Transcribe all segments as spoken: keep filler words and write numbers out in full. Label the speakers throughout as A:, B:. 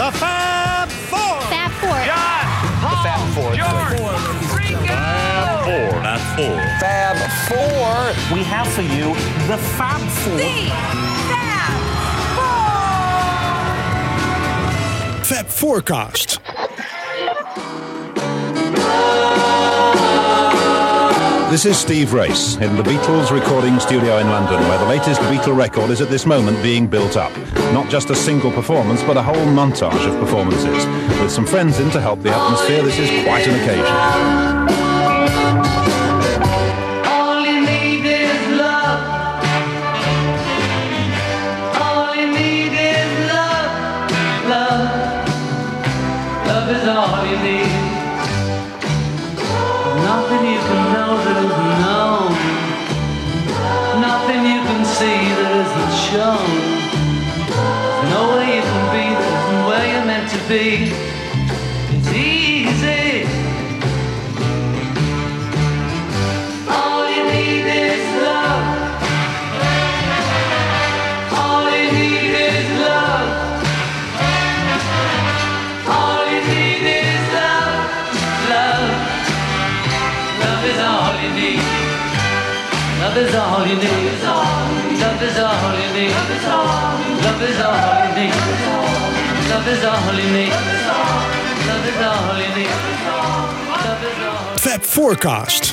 A: The Fab Four.
B: Fab Four.
C: John, Paul,
D: The Fab Four.
C: George, Ringo.
A: Fab Four.
E: Fab Four.
D: Fab Four.
F: We have for you the Fab Four.
C: The Fab Four.
A: Fab Forecast.
E: This is Steve Race in the Beatles recording studio in London, where the latest Beatle record is at this moment being built up. Not just a single performance, but a whole montage of performances. With some friends in to help the atmosphere, this is quite an occasion.
G: All you need is love. All you need is love. Love. Love is all you need. Nothing you can know that isn't known. Nothing you can see that isn't shown. There's no way you can be that isn't where you're meant to be. It's easy. All you need is love. All you need is love. All you need is love. Love. Love is all you need. Love is all you need. Love is all you need. Love is all you need. Love is all you need. Love is all you need. Love is all you need.
A: Fab Forecast.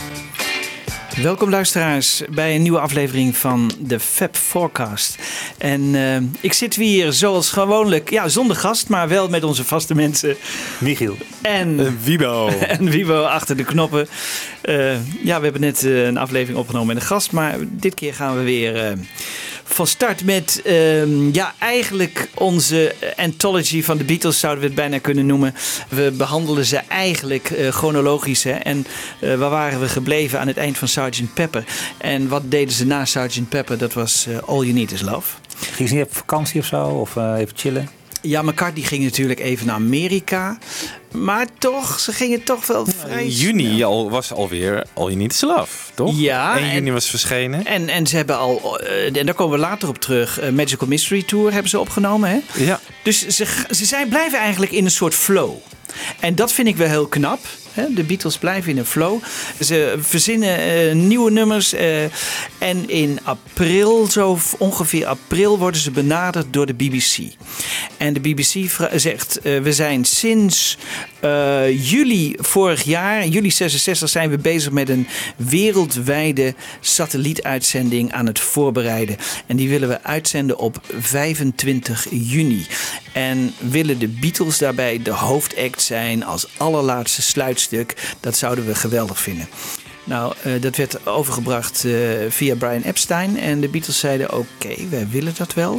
H: Welkom luisteraars bij een nieuwe aflevering van de Fab Forecast. En uh, ik zit weer hier zoals gewoonlijk, ja, zonder gast, maar wel met onze vaste mensen.
I: Michiel.
H: En uh,
I: Wiebo.
H: En Wiebo achter de knoppen. Uh, ja, we hebben net uh, een aflevering opgenomen met een gast, maar dit keer gaan we weer uh, van start met uh, ja, eigenlijk onze anthology van de Beatles, zouden we het bijna kunnen noemen. We behandelen ze eigenlijk uh, chronologisch. Hè? En uh, waar waren we gebleven aan het eind van sergeant Pepper? En wat deden ze na sergeant Pepper? Dat was uh, All You Need Is Love.
I: Ging ze niet op vakantie of zo? Of uh, even chillen?
H: Ja, McCartney ging natuurlijk even naar Amerika. Maar toch, ze gingen toch wel vrij
J: In juni al, was alweer All You Need Is Love, toch?
H: Ja.
J: één juni was verschenen.
H: En, en ze hebben al, uh, en daar komen we later op terug, uh, Magical Mystery Tour hebben ze opgenomen. Hè?
J: Ja.
H: Dus ze, ze zijn, blijven eigenlijk in een soort flow. En dat vind ik wel heel knap. De Beatles blijven in een flow. Ze verzinnen uh, nieuwe nummers. Uh, en in april, zo ongeveer april, worden ze benaderd door de B B C. En de B B C vra- zegt, uh, we zijn sinds uh, juli vorig jaar, juli zesenzestig, zijn we bezig met een wereldwijde satellietuitzending aan het voorbereiden. En die willen we uitzenden op vijfentwintig juni. En willen de Beatles daarbij de hoofdact zijn als allerlaatste sluitstuk. Dat zouden we geweldig vinden. Nou, uh, dat werd overgebracht uh, via Brian Epstein. En de Beatles zeiden, oké, okay, wij willen dat wel.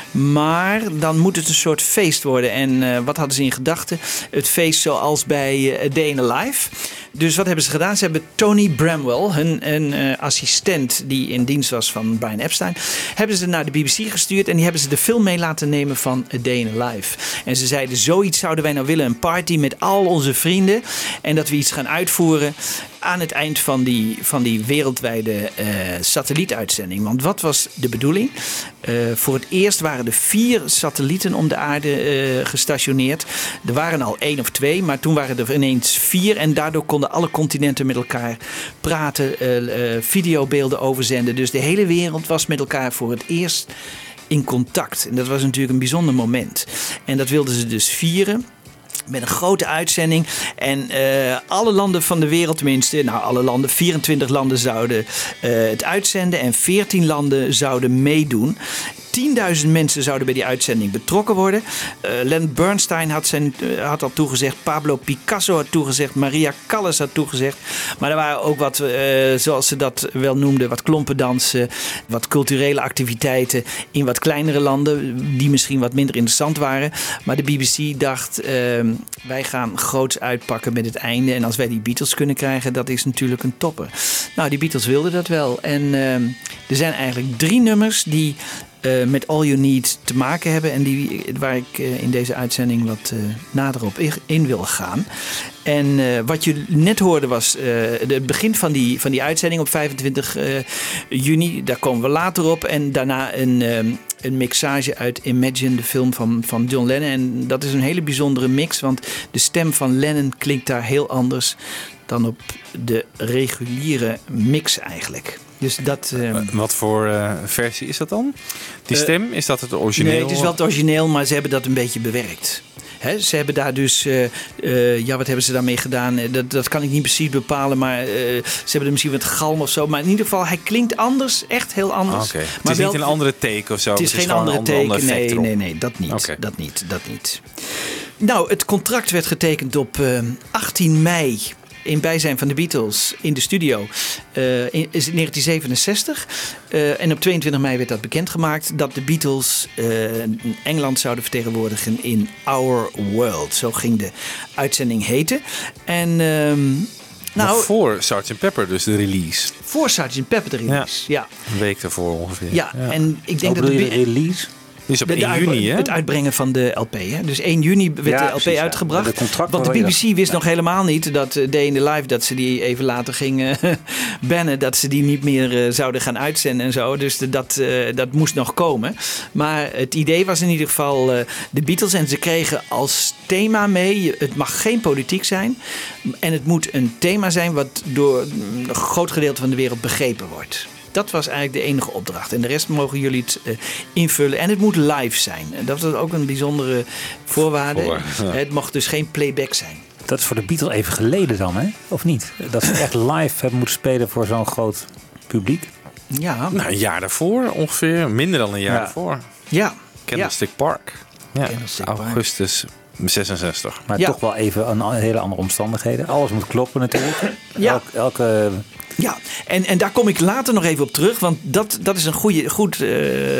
H: Maar dan moet het een soort feest worden. En uh, wat hadden ze in gedachten? Het feest zoals bij uh, A Day in a Life. Dus wat hebben ze gedaan? Ze hebben Tony Bramwell, hun, hun uh, assistent die in dienst was van Brian Epstein, hebben ze naar de B B C gestuurd en die hebben ze de film mee laten nemen van A Day in a Life. En ze zeiden, zoiets zouden wij nou willen, een party met al onze vrienden en dat we iets gaan uitvoeren aan het eind van die, van die wereldwijde uh, satellietuitzending. Want wat was de bedoeling? Uh, voor het eerst waren er vier satellieten om de aarde uh, gestationeerd. Er waren al één of twee, maar toen waren er ineens vier. En daardoor konden alle continenten met elkaar praten, uh, uh, videobeelden overzenden. Dus de hele wereld was met elkaar voor het eerst in contact. En dat was natuurlijk een bijzonder moment. En dat wilden ze dus vieren. Met een grote uitzending. En uh, alle landen van de wereld, tenminste, nou alle landen, vierentwintig landen zouden uh, het uitzenden. En veertien landen zouden meedoen. tienduizend mensen zouden bij die uitzending betrokken worden. Uh, Leonard Bernstein had, zijn, uh, had al toegezegd. Pablo Picasso had toegezegd. Maria Callas had toegezegd. Maar er waren ook wat, uh, zoals ze dat wel noemden, wat klompendansen. Wat culturele activiteiten in wat kleinere landen. Die misschien wat minder interessant waren. Maar de B B C dacht, uh, wij gaan groots uitpakken met het einde. En als wij die Beatles kunnen krijgen, dat is natuurlijk een topper. Nou, die Beatles wilden dat wel. En uh, er zijn eigenlijk drie nummers die Uh, met All You Need te maken hebben. En die, waar ik uh, in deze uitzending wat uh, nader op in wil gaan. En uh, wat je net hoorde was uh, het begin van die, van die uitzending op vijfentwintig juni. Daar komen we later op. En daarna een, uh, een mixage uit Imagine, de film van, van John Lennon. En dat is een hele bijzondere mix, want de stem van Lennon klinkt daar heel anders dan op de reguliere mix eigenlijk. Dus dat, uh,
J: Wat voor uh, versie is dat dan? Die stem, is dat het origineel?
H: Nee, het is wel het origineel, maar ze hebben dat een beetje bewerkt. He, ze hebben daar dus, uh, uh, ja, wat hebben ze daarmee gedaan? Dat, dat kan ik niet precies bepalen, maar uh, ze hebben er misschien wat galm of zo. Maar in ieder geval, hij klinkt anders, echt heel anders.
J: Okay.
H: Maar
J: het is
H: wel,
J: niet een andere take of zo?
H: Het is, het is geen andere
J: ander,
H: take,
J: ander
H: nee,
J: erop.
H: nee, nee, dat niet,
J: Okay.
H: dat niet, dat niet. Nou, het contract werd getekend op uh, achttien mei... in bijzijn van de Beatles in de studio uh, in negentien zevenenzestig. Uh, en op tweeëntwintig mei werd dat bekendgemaakt dat de Beatles uh, Engeland zouden vertegenwoordigen in Our World. Zo ging de uitzending heten. En um, nou,
J: nog voor sergeant Pepper dus de release.
H: Voor sergeant Pepper de release, ja.
J: ja. Een week daarvoor ongeveer.
H: Ja, ja. En ik denk
I: Ook
H: dat
I: de release...
J: Dus op
H: de, de
J: één juni, hè?
H: Het uitbrengen van de L P. Hè? Dus één juni werd
I: ja,
H: de L P
I: precies,
H: uitgebracht.
I: Ja. De contract
H: want de B B C
I: ja.
H: wist
I: ja.
H: nog helemaal niet dat uh, Day in the Life, dat ze die even later gingen bannen. Dat ze die niet meer uh, zouden gaan uitzenden en zo. Dus de, dat, uh, dat moest nog komen. Maar het idee was in ieder geval uh, de Beatles. En ze kregen als thema mee, het mag geen politiek zijn. En het moet een thema zijn wat door een groot gedeelte van de wereld begrepen wordt. Dat was eigenlijk de enige opdracht. En de rest mogen jullie het uh, invullen. En het moet live zijn. En dat was ook een bijzondere voorwaarde.
J: Voor, ja.
H: Het mocht dus geen playback zijn.
I: Dat is voor de Beatles even geleden dan, hè? Of niet? Dat ze echt live hebben moeten spelen voor zo'n groot publiek.
H: Ja.
J: Nou, een jaar daarvoor ongeveer. Minder dan een jaar
I: Ja.
J: daarvoor.
H: Ja.
J: Candlestick ja. Park. Ja.
H: Candlestick Park.
J: Augustus zesenzestig.
I: Maar
H: ja.
I: toch wel even een hele andere omstandigheden. Alles moet kloppen natuurlijk.
H: Ja.
I: Elk, elke...
H: Ja, en, en daar kom ik later nog even op terug. Want dat, dat is een goede, goed uh,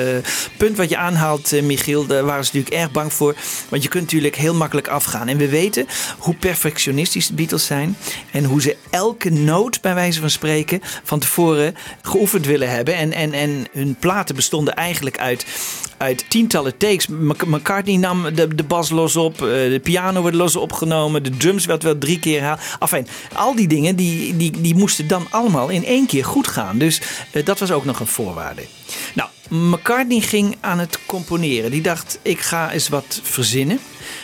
H: punt wat je aanhaalt, uh, Michiel. Daar waren ze natuurlijk erg bang voor. Want je kunt natuurlijk heel makkelijk afgaan. En we weten hoe perfectionistisch de Beatles zijn. En hoe ze elke noot, bij wijze van spreken, van tevoren geoefend willen hebben. En, en, en hun platen bestonden eigenlijk uit... uit tientallen takes. McCartney nam de, de bas los op. De piano werd los opgenomen. De drums werd wel drie keer herhaald. Enfin, al die dingen die, die, die moesten dan allemaal in één keer goed gaan. Dus uh, dat was ook nog een voorwaarde. Nou, McCartney ging aan het componeren. Die dacht, ik ga eens wat verzinnen.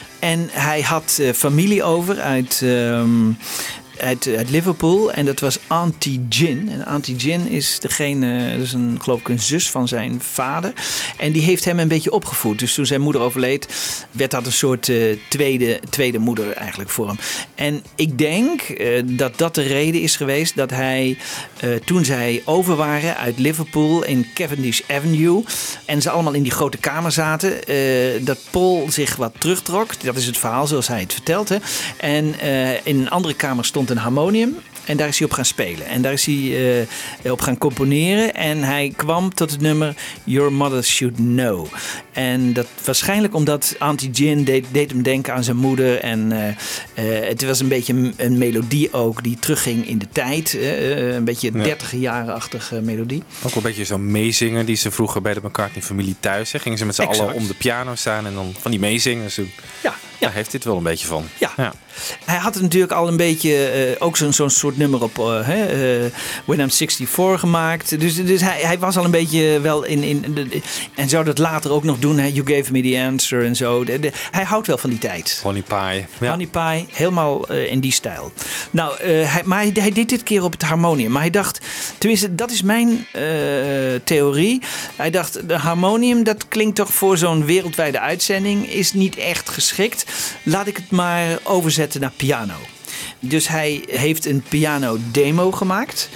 H: En hij had uh, familie over uit... Um, Uit, uit Liverpool. En dat was Auntie Gin. En Auntie Gin is degene, dat is een, geloof ik een zus van zijn vader. En die heeft hem een beetje opgevoed. Dus toen zijn moeder overleed, werd dat een soort uh, tweede, tweede moeder eigenlijk voor hem. En ik denk uh, dat dat de reden is geweest dat hij, uh, toen zij over waren uit Liverpool in Cavendish Avenue. En ze allemaal in die grote kamer zaten. Uh, dat Paul zich wat terugtrok. Dat is het verhaal zoals hij het vertelt. Hè. En uh, in een andere kamer stond een harmonium en daar is hij op gaan spelen. En daar is hij uh, op gaan componeren en hij kwam tot het nummer Your Mother Should Know. En dat waarschijnlijk omdat Auntie Gin deed, deed hem denken aan zijn moeder en uh, uh, het was een beetje een, een melodie ook die terugging in de tijd. Uh, een beetje
J: ja.
H: dertig jaren-achtige melodie.
J: Ook een beetje zo'n meezinger die ze vroeger bij de McCartney-familie thuis. Hè. Gingen ze met z'n
H: Exact.
J: allen om de piano staan en dan van die meezingers doen.
H: Ja, ja.
J: Daar heeft dit wel een beetje van.
H: Ja.
J: ja.
H: Hij had het natuurlijk al een beetje, uh, ook zo'n, zo'n soort nummer op uh, uh, When I'm zesenzestig gemaakt. Dus, dus hij, hij was al een beetje wel in, in de, en zou dat later ook nog doen. Hè? You Gave Me The Answer en zo. De, de, hij houdt wel van die tijd.
J: Honey Pie. Ja.
H: Honey Pie, helemaal uh, in die stijl. Nou, uh, hij, maar hij, hij deed dit keer op het harmonium. Maar hij dacht, tenminste, dat is mijn uh, theorie. Hij dacht, de harmonium, dat klinkt toch voor zo'n wereldwijde uitzending, is niet echt geschikt. Laat ik het maar overzetten naar piano. Dus hij heeft een piano demo gemaakt.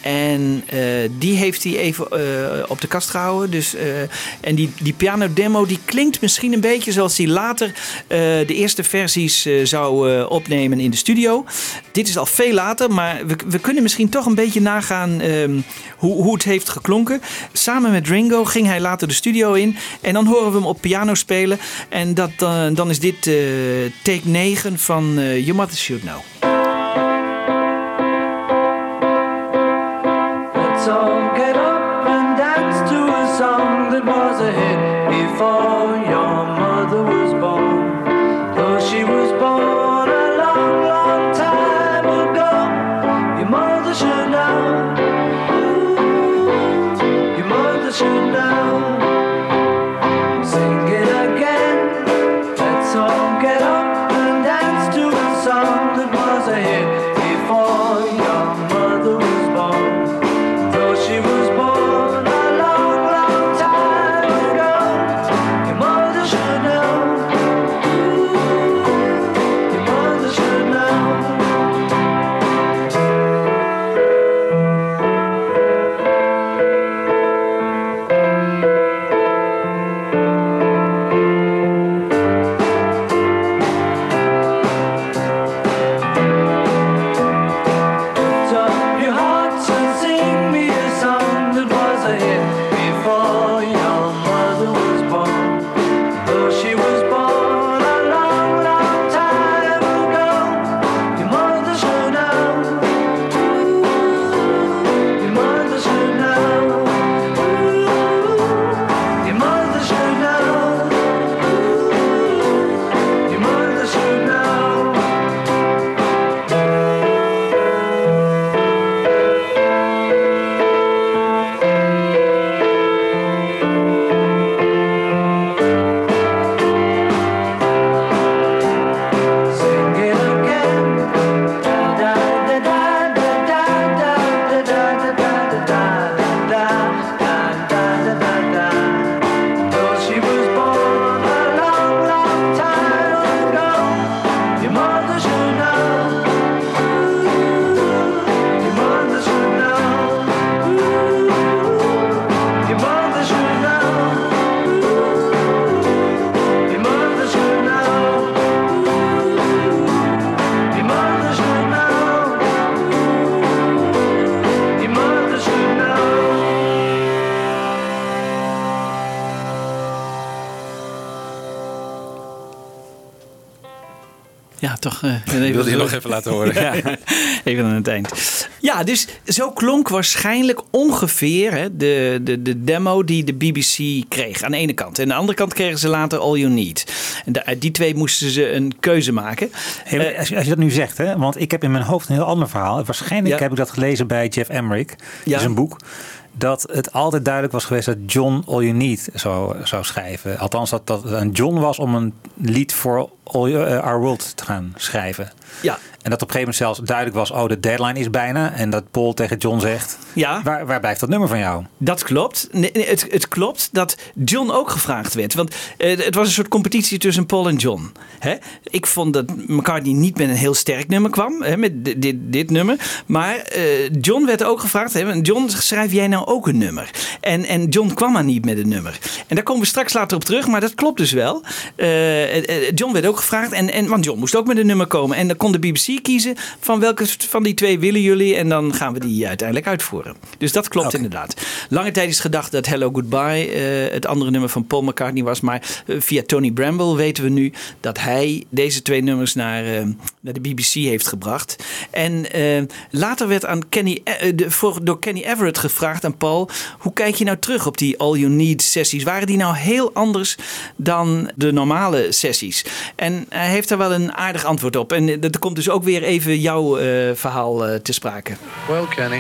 H: En uh, die heeft hij even uh, op de kast gehouden. Dus, uh, en die, die piano demo die klinkt misschien een beetje zoals hij later uh, de eerste versies uh, zou uh, opnemen in de studio. Dit is al veel later, maar we, we kunnen misschien toch een beetje nagaan um, hoe, hoe het heeft geklonken. Samen met Ringo ging hij later de studio in. En dan horen we hem op piano spelen. En dat, uh, dan is dit uh, take negen van uh, Your Mother Should Know.
G: Let's all get up and dance to a song that was a hit before your mother was born. Though she was born a long, long time ago, your mother should know. Ooh, your mother should know. Sing it again. Let's all get up and dance to a song that was a hit before your mother was born. Though she was born a long, long time ago, your mother should know. Ooh, your mother should know. Lift up your hearts and sing me a song that was a hit before your mother was born. Though she was born a long, long time ago, your mother should know. Ooh, your mother should know. Ooh, your mother should know. Ooh, your mother should know. Sing it again. Da da da da da da da da da da da da da da da. Though she was born a long, long time ago, your mother should know. Ooh, your mother should know. Ooh, your mother should know. Ooh, your mother should know. Your mother should know. Your mother should know.
H: Ja, toch. Uh, even
J: Wilde je nog even laten horen?
H: Ja, even aan het eind. Ja, dus zo klonk waarschijnlijk ongeveer hè, de, de, de demo die de B B C kreeg. Aan de ene kant. En aan de andere kant kregen ze later All You Need. En de, uit die twee moesten ze een keuze maken.
I: Hey, maar als, je, als je dat nu zegt, hè, want ik heb in mijn hoofd een heel ander verhaal. Waarschijnlijk
H: Ja.
I: heb ik dat gelezen bij Jeff Emerick.
H: Ja.
I: Dat is een boek. Dat het altijd duidelijk was geweest dat John All You Need zou, zou schrijven. Althans, dat dat een John was om een lied voor All You- uh, Our World te gaan schrijven.
H: Ja.
I: En dat op een gegeven moment zelfs duidelijk was, oh, de deadline is bijna. En dat Paul tegen John zegt,
H: Ja.
I: waar, waar blijft dat nummer van jou?
H: Dat klopt. Nee, nee, het, het klopt dat John ook gevraagd werd. Want eh, het was een soort competitie tussen Paul en John. Hè? Ik vond dat McCartney niet met een heel sterk nummer kwam. Hè, met dit, dit, dit nummer. Maar eh, John werd ook gevraagd. Hè, John, schrijf jij nou ook een nummer? En, en John kwam maar niet met een nummer. En daar komen we straks later op terug. Maar dat klopt dus wel. Eh, eh, John werd ook gevraagd. En, en, want John moest ook met een nummer komen. En dan kon de B B C kiezen van welke van die twee willen jullie. En dan gaan we die uiteindelijk uitvoeren. Dus dat klopt
I: Okay.
H: inderdaad. Lange tijd is gedacht dat Hello Goodbye uh, het andere nummer van Paul McCartney was. Maar uh, via Tony Bramble weten we nu dat hij deze twee nummers naar, uh, naar de B B C heeft gebracht. En uh, later werd aan Kenny, uh, de, voor, door Kenny Everett gevraagd aan Paul: hoe kijk je nou terug op die All You Need sessies? Waren die nou heel anders dan de normale sessies? En hij heeft daar wel een aardig antwoord op. En uh, er komt dus ook weer even jouw uh, verhaal uh, te sprake.
B: Well, Kenny,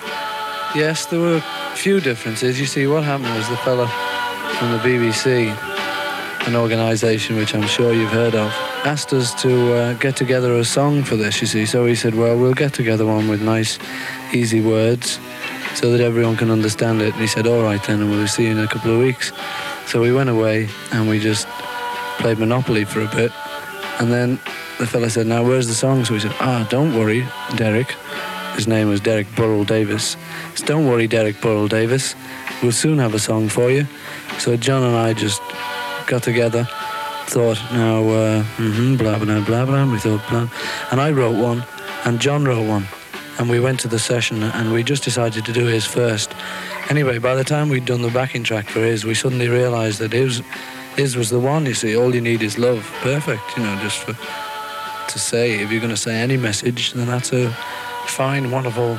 B: yes, there were a few differences. You see, what happened was the fella from the B B C, an organisation which I'm sure you've heard of, asked us to uh, get together a song for this, you see. So he said, well, we'll get together one with nice, easy words so that everyone can understand it. And he said, all right then, and we'll see you in a couple of weeks. So we went away and we just played Monopoly for a bit. And then the fella said, now, where's the song? So we said, ah, don't worry, Derek. His name was Derek Burrell Davis. He said, don't worry, Derek Burrell Davis. We'll soon have a song for you. So John and I just got together, thought, now, uh, mm-hmm, blah, blah, blah, blah. We thought, blah. And I wrote one, and John wrote one. And we went to the session, and we just decided to do his first. Anyway, by the time we'd done the backing track for his, we suddenly realised that his, his was the one, you see. All you need is love. Perfect, you know, just for to say. If you're going to say any message, then that's a fine, wonderful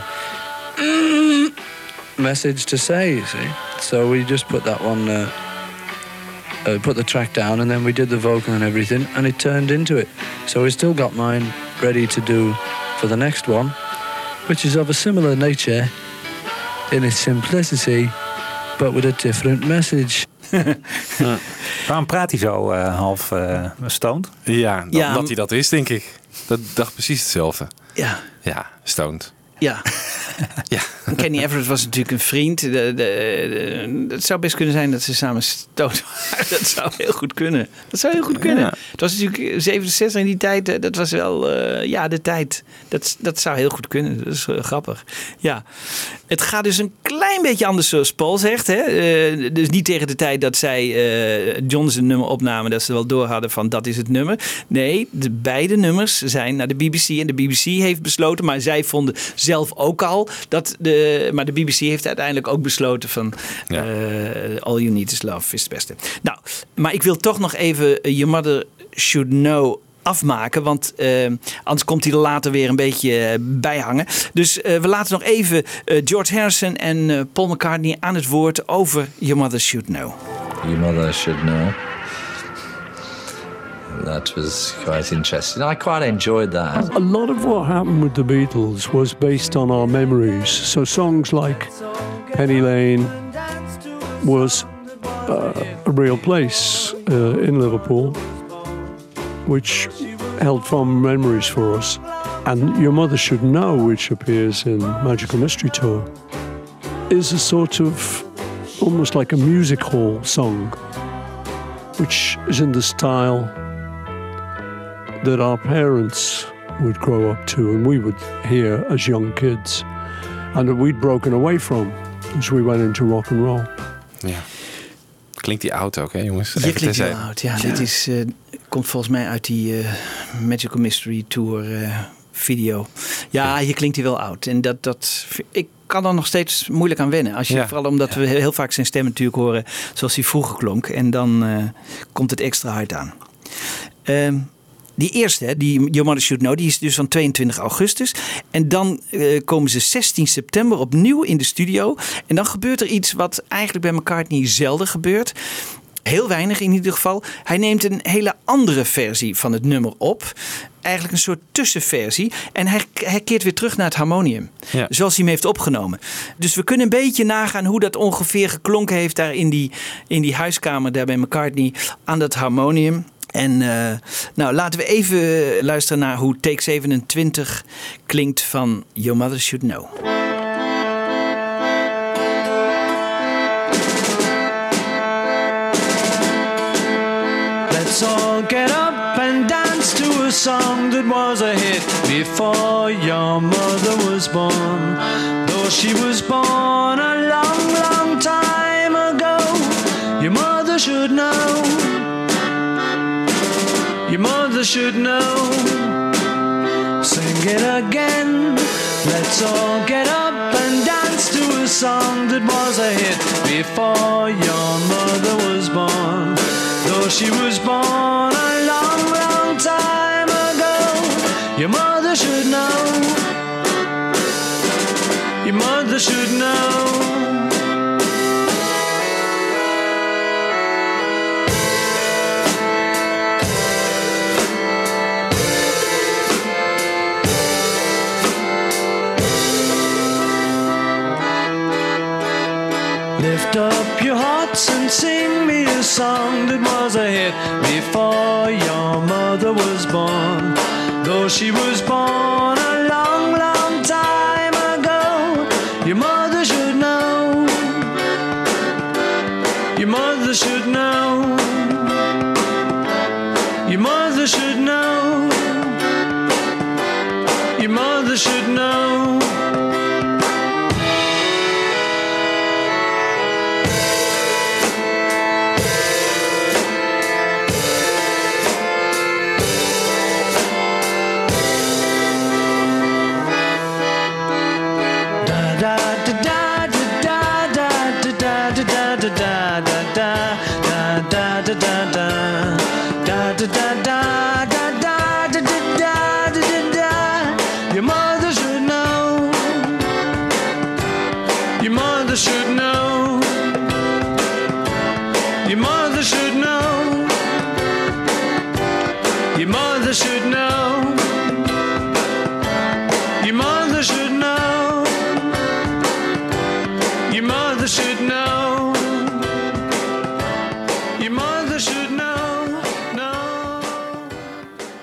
B: message to say, you see. So we just put that one, uh, uh, put the track down, and then we did the vocal and everything, and it turned into it. So we still got mine ready to do for the next one, which is of a similar nature in its simplicity, but with a different message.
I: Waarom praat hij zo uh, half uh, stoned?
J: Ja, dat,
H: Ja,
J: dat hij dat is, denk ik. Dat dacht precies hetzelfde.
H: Ja.
J: Ja, stoned.
H: Ja.
J: Ja.
H: Kenny Everett was natuurlijk een vriend. De, de, de, het zou best kunnen zijn dat ze samen stoot waren. Dat zou heel goed kunnen. Dat zou heel goed kunnen.
J: Ja.
H: Het was natuurlijk zevenenzestig in die tijd. Dat was wel, uh, ja, de tijd. Dat, dat zou heel goed kunnen. Dat is uh, grappig. Ja. Het gaat dus een klein beetje anders zoals Paul zegt. Hè? Uh, dus niet tegen de tijd dat zij uh, John zijn nummer opnamen. Dat ze wel door hadden van dat is het nummer. Nee, de beide nummers zijn naar de B B C. En de B B C heeft besloten, maar zij vonden zelf ook al dat de, maar de B B C heeft uiteindelijk ook besloten van ja. uh, All You Need Is Love is het beste. Nou, maar ik wil toch nog even uh, Your Mother Should Know afmaken, want uh, anders komt hij er later weer een beetje uh, bij hangen. Dus uh, we laten nog even uh, George Harrison en uh, Paul McCartney aan het woord over Your Mother Should Know.
K: Your Mother Should Know. That was quite interesting. I quite enjoyed that.
L: A lot of what happened with the Beatles was based on our memories. So songs like Penny Lane was uh, a real place uh, in Liverpool, which held fond memories for us. And Your Mother Should Know, which appears in Magical Mystery Tour, is a sort of almost like a music hall song, which is in the style that our parents would grow up to and we would hear as young kids, and that we'd broken away from as we went into rock and roll.
J: Ja. Klinkt die oud ook, hè jongens?
H: Je klinkt heel oud, ja. ja. Dit is, uh, komt volgens mij uit die uh, Magical Mystery Tour uh, video. Ja, hier klinkt hij wel oud. En dat, dat, ik kan er nog steeds moeilijk aan wennen. Als je, ja. Vooral omdat ja. we heel vaak zijn stem natuurlijk horen zoals hij vroeger klonk. En dan uh, komt het extra hard aan. Um, Die eerste, die Your Mother Should Know, die is dus van tweeëntwintig augustus. En dan uh, komen ze zestien september opnieuw in de studio. En dan gebeurt er iets wat eigenlijk bij McCartney zelden gebeurt. Heel weinig in ieder geval. Hij neemt een hele andere versie van het nummer op. Eigenlijk een soort tussenversie. En hij, hij keert weer terug naar het harmonium. Ja. Zoals hij hem heeft opgenomen. Dus we kunnen een beetje nagaan hoe dat ongeveer geklonken heeft daar in die, in die huiskamer daar bij McCartney aan dat harmonium. En uh, nou, laten we even luisteren naar hoe take zevenentwintig klinkt van Your Mother Should Know.
M: Let's all get up and dance to a song that was a hit before your mother was born. Though she was born a long, long time ago, your mother should know. Your mother should know. Sing it again. Let's all get up and dance to a song that was a hit before your mother was born. Though she was born a long, long time ago, your mother should know. Your mother should know. Lift up your hearts and sing me a song that was a hit before your mother was born. Though she was born a long, long time ago, your mother should know. Your mother should know. Your mother should know. Your mother should know. Your mother should know. Your mother should know. Your mother should know. Your mother should know. Your mother should know. Your mother should know.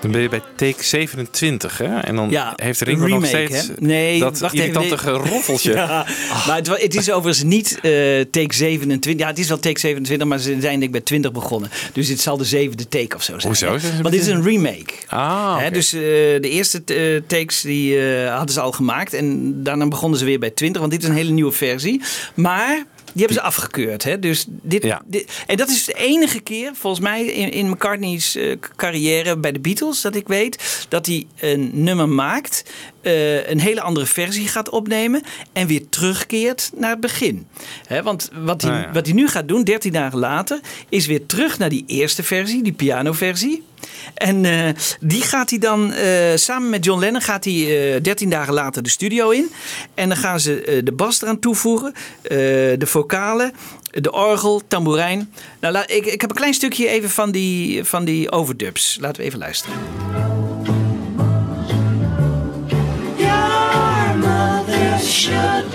J: Dan ben je bij take zevenentwintig, hè? En dan
H: Ja,
J: heeft Ringo nog
H: remake,
J: steeds
H: hè? Nee,
J: dat
H: wacht even,
J: irritante
H: nee.
J: geroffeltje.
H: Ja, maar het, wa- het is overigens niet uh, take zevenentwintig. Ja, het is wel take zevenentwintig, maar ze zijn denk ik bij twintig begonnen. Dus dit zal de zevende take of zo zijn.
J: Hoezo?
H: hè?
J: Zijn ze
H: Want dit is een
J: begonnen?
H: remake.
J: Ah,
H: Hè,
J: oké.
H: dus uh, de eerste uh, takes die uh, hadden ze al gemaakt. En daarna begonnen ze weer bij twintig, want dit is een hele nieuwe versie. Maar die hebben ze afgekeurd. Hè? Dus dit,
J: Ja.
H: dit, en dat is de enige keer, volgens mij, in, in McCartney's uh, carrière bij de Beatles, dat ik weet, dat hij een nummer maakt, uh, een hele andere versie gaat opnemen en weer terugkeert naar het begin. Hè, want wat hij,
J: Ah, ja.
H: wat hij nu gaat doen, dertien dagen later, is weer terug naar die eerste versie, die pianoversie. En uh, die gaat hij dan uh, samen met John Lennon gaat hij uh, dertien dagen later de studio in. En dan gaan ze uh, de bas eraan toevoegen, uh, de vocalen, de orgel, tamboerijn. Nou, la, ik, ik heb een klein stukje even van die, van die overdubs. Laten we even luisteren.
C: Your mother should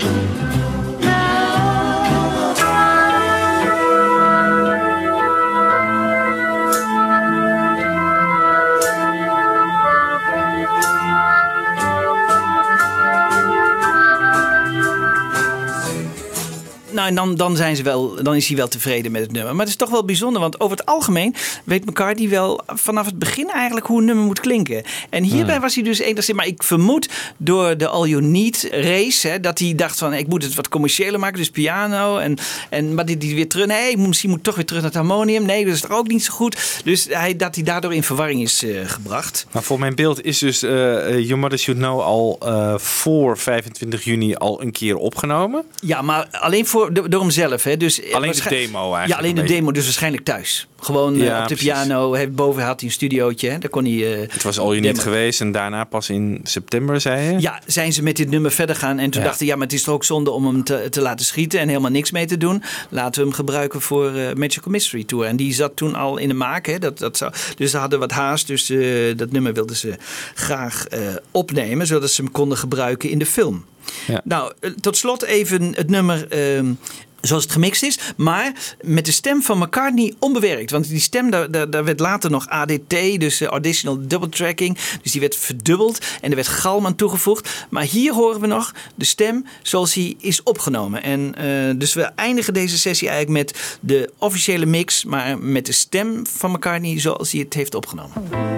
H: Nou, en dan, dan, zijn ze wel, dan is hij wel tevreden met het nummer. Maar het is toch wel bijzonder, want over het algemeen weet McCartney wel vanaf het begin eigenlijk hoe een nummer moet klinken. En hierbij was hij dus enigszins, maar ik vermoed door de All You Need race, hè, dat hij dacht van ik moet het wat commerciëler maken, dus piano. En, en, maar die, die weer terug, nee, misschien moet ik toch weer terug naar het harmonium. Nee, dat is toch ook niet zo goed. Dus hij, dat hij daardoor in verwarring is uh, gebracht.
J: Maar voor mijn beeld is dus uh, Your Mother Should Know al uh, voor vijfentwintig juni al een keer opgenomen.
H: Ja, maar alleen voor Door, door hemzelf. Hè? Dus
J: alleen de
H: waarschijn-
J: demo eigenlijk.
H: Ja, alleen de
J: een beetje.
H: demo. Dus waarschijnlijk thuis. Gewoon uh,
J: Ja,
H: op de
J: precies.
H: piano. Hè, boven had hij een studiootje. Hè? Daar kon hij... Uh,
J: Het was al je niet
H: demo.
J: geweest en daarna pas in september, zei je?
H: Ja, zijn ze met dit nummer verder gaan. En toen
J: Ja.
H: dachten ja, maar het is toch ook zonde om hem te, te laten schieten en helemaal niks mee te doen. Laten we hem gebruiken voor uh, Magical Mystery Tour. En die zat toen al in de maak. Hè? Dat, dat zou, dus ze hadden wat haast. Dus uh, dat nummer wilden ze graag uh, opnemen. Zodat ze hem konden gebruiken in de film.
J: Ja.
H: Nou, uh, tot slot even het nummer... Uh, zoals het gemixt is, maar met de stem van McCartney onbewerkt. Want die stem, daar, daar, daar werd later nog A D T, dus uh, Additional Double Tracking. Dus die werd verdubbeld en er werd galm aan toegevoegd. Maar hier horen we nog de stem zoals hij is opgenomen. En uh, dus we eindigen deze sessie eigenlijk met de officiële mix, maar met de stem van McCartney zoals hij het heeft opgenomen.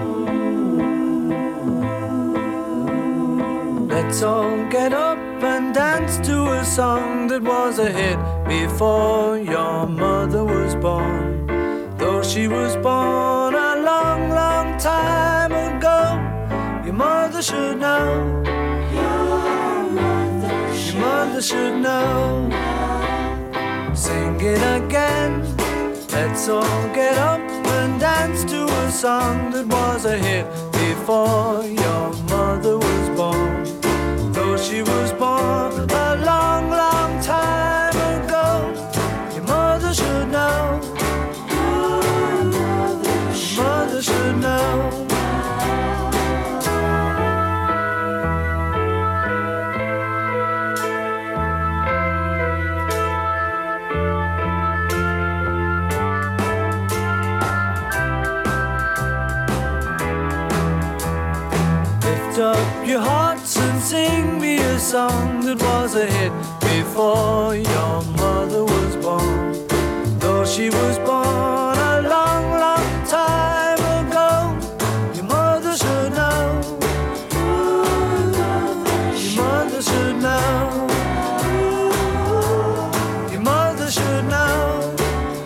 M: Let's all get up and dance to a song that was a hit before your mother was born. Though she was born a long, long time ago, your mother should know. Your mother should, your mother should know. Sing it again. Let's all get up and dance to a song that was a hit before your mother was born. Though she was born a long, long time ago, your mother should know. Your mother should know. Lift up your hearts and sing me a song that was a hit before your mother was born. Though she was born a long, long time ago, your mother should know. Your mother should know. Your mother should know.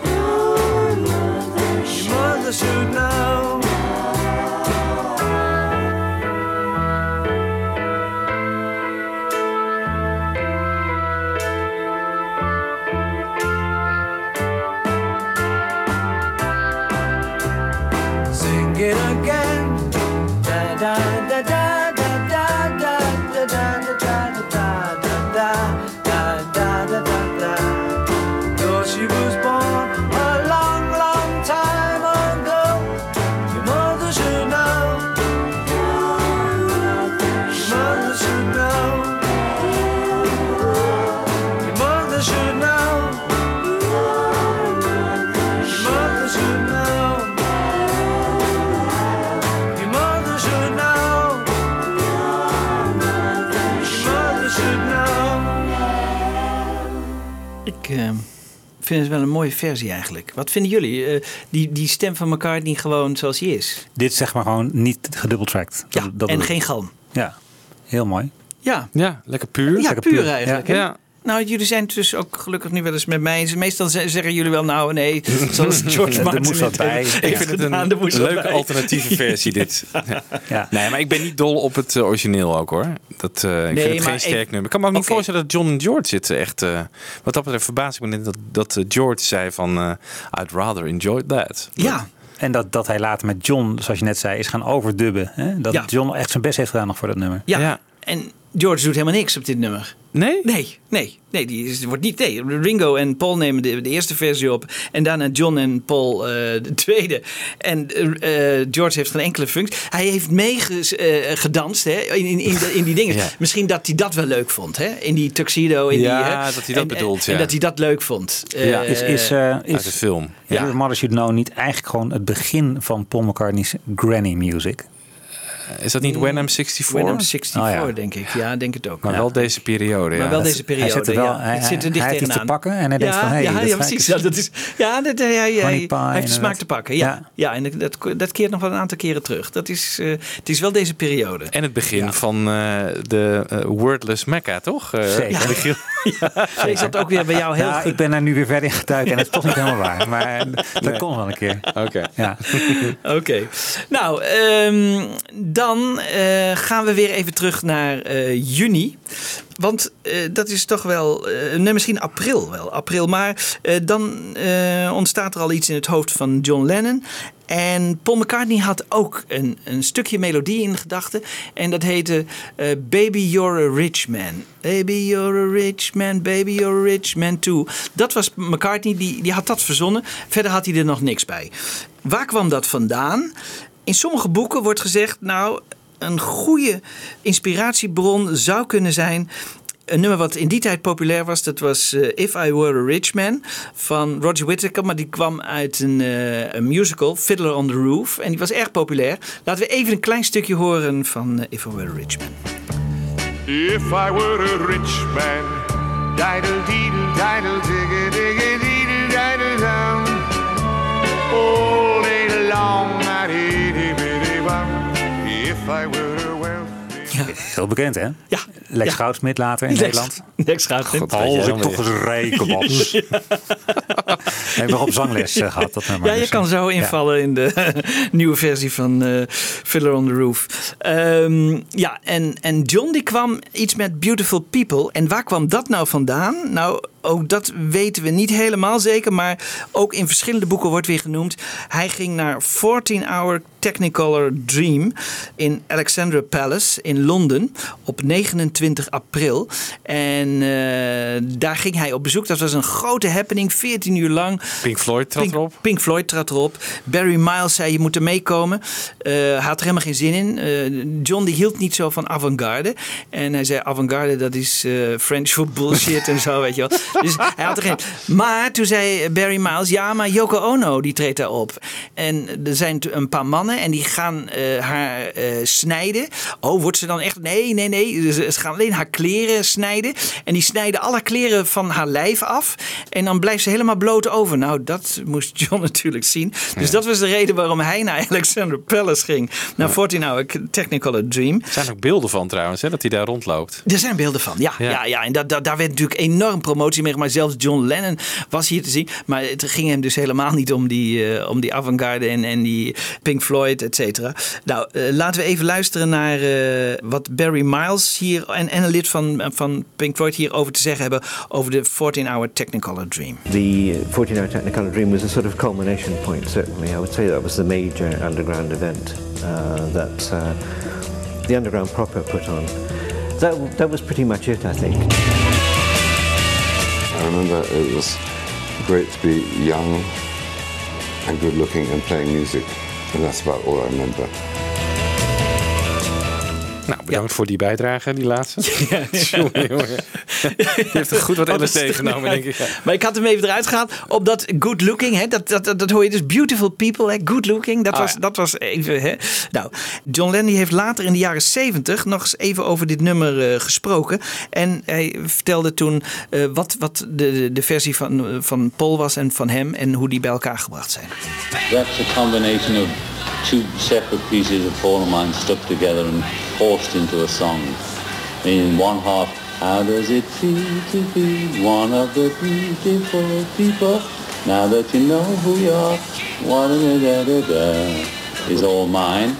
M: Your mother should know. Sing it again. Da da da da da da da da da da da da da da da da da. Though she was born a long, long time ago, your mother should know. Your mother should know. Your mother should know. Your mother should know. Your mother
H: Ik uh, vind het wel een mooie versie eigenlijk. Wat vinden jullie? Uh, die, die stem van McCartney gewoon zoals hij is.
I: Dit is zeg maar gewoon niet gedubbeltracked.
H: Ja,
I: dat, dat
H: en
I: het.
H: geen galm.
I: Ja, heel mooi.
H: Ja,
J: ja lekker puur.
H: Ja,
I: lekker
H: puur,
I: puur
H: eigenlijk.
J: Ja.
H: Hè?
J: Ja.
H: Nou, jullie zijn dus ook gelukkig nu wel eens met mij. Meestal zeggen jullie wel, nou nee, zoals George Martin.
I: Er moest wat bij.
J: Ik vind het een leuke alternatieve versie dit. Ja. Ja. Nee, maar ik ben niet dol op het uh, origineel ook hoor. Dat, uh, ik nee, vind het geen sterk ik... nummer. Ik kan me ook niet okay. voorstellen dat John en George zitten echt... Uh, wat dat betreft verbaas ik me net dat, dat uh, George zei van... Uh, I'd rather enjoy that.
H: Ja.
I: En dat, dat hij later met John, zoals je net zei, is gaan overdubben. Hè? Dat ja. John echt zijn best heeft gedaan nog voor dat nummer.
H: Ja, ja. En George doet helemaal niks op dit nummer.
J: Nee?
H: Nee, nee. Nee, die is, wordt niet, nee, Ringo en Paul nemen de, de eerste versie op. En daarna John en Paul uh, de tweede. En uh, George heeft geen enkele functie. Hij heeft meegedanst uh, in, in, in, in die dingen. Ja. Misschien dat hij dat wel leuk vond. Hè? In die tuxedo. In
J: ja,
H: die, hè?
J: dat hij dat
H: en,
J: bedoelt.
H: En,
J: ja.
H: en dat hij dat leuk vond.
I: Ja. Uh, is, is, uh, is,
J: uit de film.
I: Ja. Mother Should Know niet eigenlijk gewoon het begin van Paul McCartney's Granny music?
J: Is dat niet When I'm sixty-four?
H: When I'm sixty-four, oh, ja. denk ik. Ja, denk het ook.
J: Maar
H: ja.
J: wel deze periode. Ja.
H: Maar wel deze periode,
I: hij zit er wel,
H: ja.
I: Hij,
H: het zit er dicht
I: hij heeft iets te pakken en hij
H: ja,
I: denkt van... Hey,
H: ja,
I: dat
H: ja, precies. Ja, dat is, ja dat, hij, hij, hij heeft de smaak te pakken. Ja, ja. ja en dat, dat keert nog wel een aantal keren terug. Dat is, uh, het is wel deze periode.
J: En het begin ja. van uh, de uh, Wordless Mecca, toch? Uh,
H: Zeker. Ja. Ja, ik zat ook weer bij jou heel
I: ja,
H: goed.
I: Ik ben daar nu weer verder in getuigd en dat is toch niet helemaal waar. Maar dat nee. komt wel een keer.
J: Oké. Okay.
I: Ja.
H: Oké. Okay. Nou, um, dan uh, gaan we weer even terug naar uh, juni. Want uh, dat is toch wel, uh, nee, misschien april wel, april. Maar uh, dan uh, ontstaat er al iets in het hoofd van John Lennon. En Paul McCartney had ook een, een stukje melodie in gedachten. En dat heette uh, Baby You're a Rich Man. Baby You're a Rich Man, Baby You're a Rich Man too. Dat was McCartney, die, die had dat verzonnen. Verder had hij er nog niks bij. Waar kwam dat vandaan? In sommige boeken wordt gezegd, nou, een goede inspiratiebron zou kunnen zijn... Een nummer wat in die tijd populair was, dat was uh, If I Were a Rich Man van Roger Whittaker. Maar die kwam uit een, uh, een musical, Fiddler on the Roof. En die was erg populair. Laten we even een klein stukje horen van uh, If I Were a Rich Man.
N: If I were a rich man, diddle deedle diddle digga digga deedle diddle down. All day long I'd itty bitty bum. If I were a wealthy.
I: Ja. Heel bekend, hè?
H: Ja.
I: Lex
H: ja.
I: Goudsmit later in
H: Lex,
I: Nederland.
H: Lex Goudsmit.
I: Als ik toch eens reken was. Ja. Heb ik nog op zangles uh, gehad. Dat nummer.
H: Ja, je
I: dus,
H: kan zo invallen ja. in de nieuwe versie van uh, Fiddler on the Roof. Um, ja, en, en John die kwam iets met Beautiful People. En waar kwam dat nou vandaan? Nou, ook dat weten we niet helemaal zeker. Maar ook in verschillende boeken wordt weer genoemd. Hij ging naar fourteen hour Technicolor Dream in Alexandra Palace in Londen op negenentwintig april. En uh, daar ging hij op bezoek. Dat was een grote happening, veertien uur lang.
J: Pink Floyd trad
H: Pink,
J: erop.
H: Pink Floyd trad erop. Barry Miles zei je moet er meekomen. Uh, hij had er helemaal geen zin in. Uh, John die hield niet zo van avant-garde. En hij zei avant-garde dat is uh, French for bullshit en zo, weet je wel. Dus hij had er geen... Maar toen zei Barry Miles, ja, maar Yoko Ono die treedt daar op. En er zijn een paar mannen en die gaan uh, haar uh, snijden. Oh, wordt ze dan echt... Nee, nee, nee. Ze gaan alleen haar kleren snijden. En die snijden alle kleren van haar lijf af. En dan blijft ze helemaal bloot over. Nou, dat moest John natuurlijk zien. Dus ja. dat was de reden waarom hij naar Alexandra Palace ging. Naar fourteen hour Technicolor Dream.
J: Er zijn ook beelden van trouwens, hè, dat hij daar rondloopt.
H: Er zijn beelden van, ja. ja. ja, ja. En da, da, daar werd natuurlijk enorm promotie mee gemaakt. Zelfs John Lennon was hier te zien. Maar het ging hem dus helemaal niet om die, uh, om die avant-garde en, en die Pink Floyd, et cetera. Nou, uh, laten we even luisteren naar uh, wat Barry Miles hier en, en een lid van, van Pink Floyd hierover te zeggen hebben over de fourteen hour Technicolor Dream.
O: The fourteen hour Technicolor Dream was a sort of culmination point, certainly. I would say that was the major underground event uh, that uh, the underground proper put on. That, that was pretty much it, I think.
P: I remember it was great to be young and good looking and playing music, and that's about all I remember.
J: Nou, bedankt ja. voor die bijdrage, die laatste. Ja, ja. Jongen, jongen. Je heeft er goed wat L S D genomen, denk ik. Ja.
H: Maar ik had hem even eruit gehaald. Op dat good looking, hè, dat, dat, dat, dat hoor je dus. Beautiful people, hè, good looking. Dat, ah, was, ja. dat was even... Hè. Nou, John Lennon heeft later in de jaren zeventig nog eens even over dit nummer uh, gesproken. En hij vertelde toen uh, wat, wat de, de versie van, van Paul was en van hem en hoe die bij elkaar gebracht zijn.
Q: That's a combination of two separate pieces of Paul and mine stuck together and forced into a song. In one half, how does it feel to be one of the beautiful people? Now that you know who you are, what da da da da is all mine.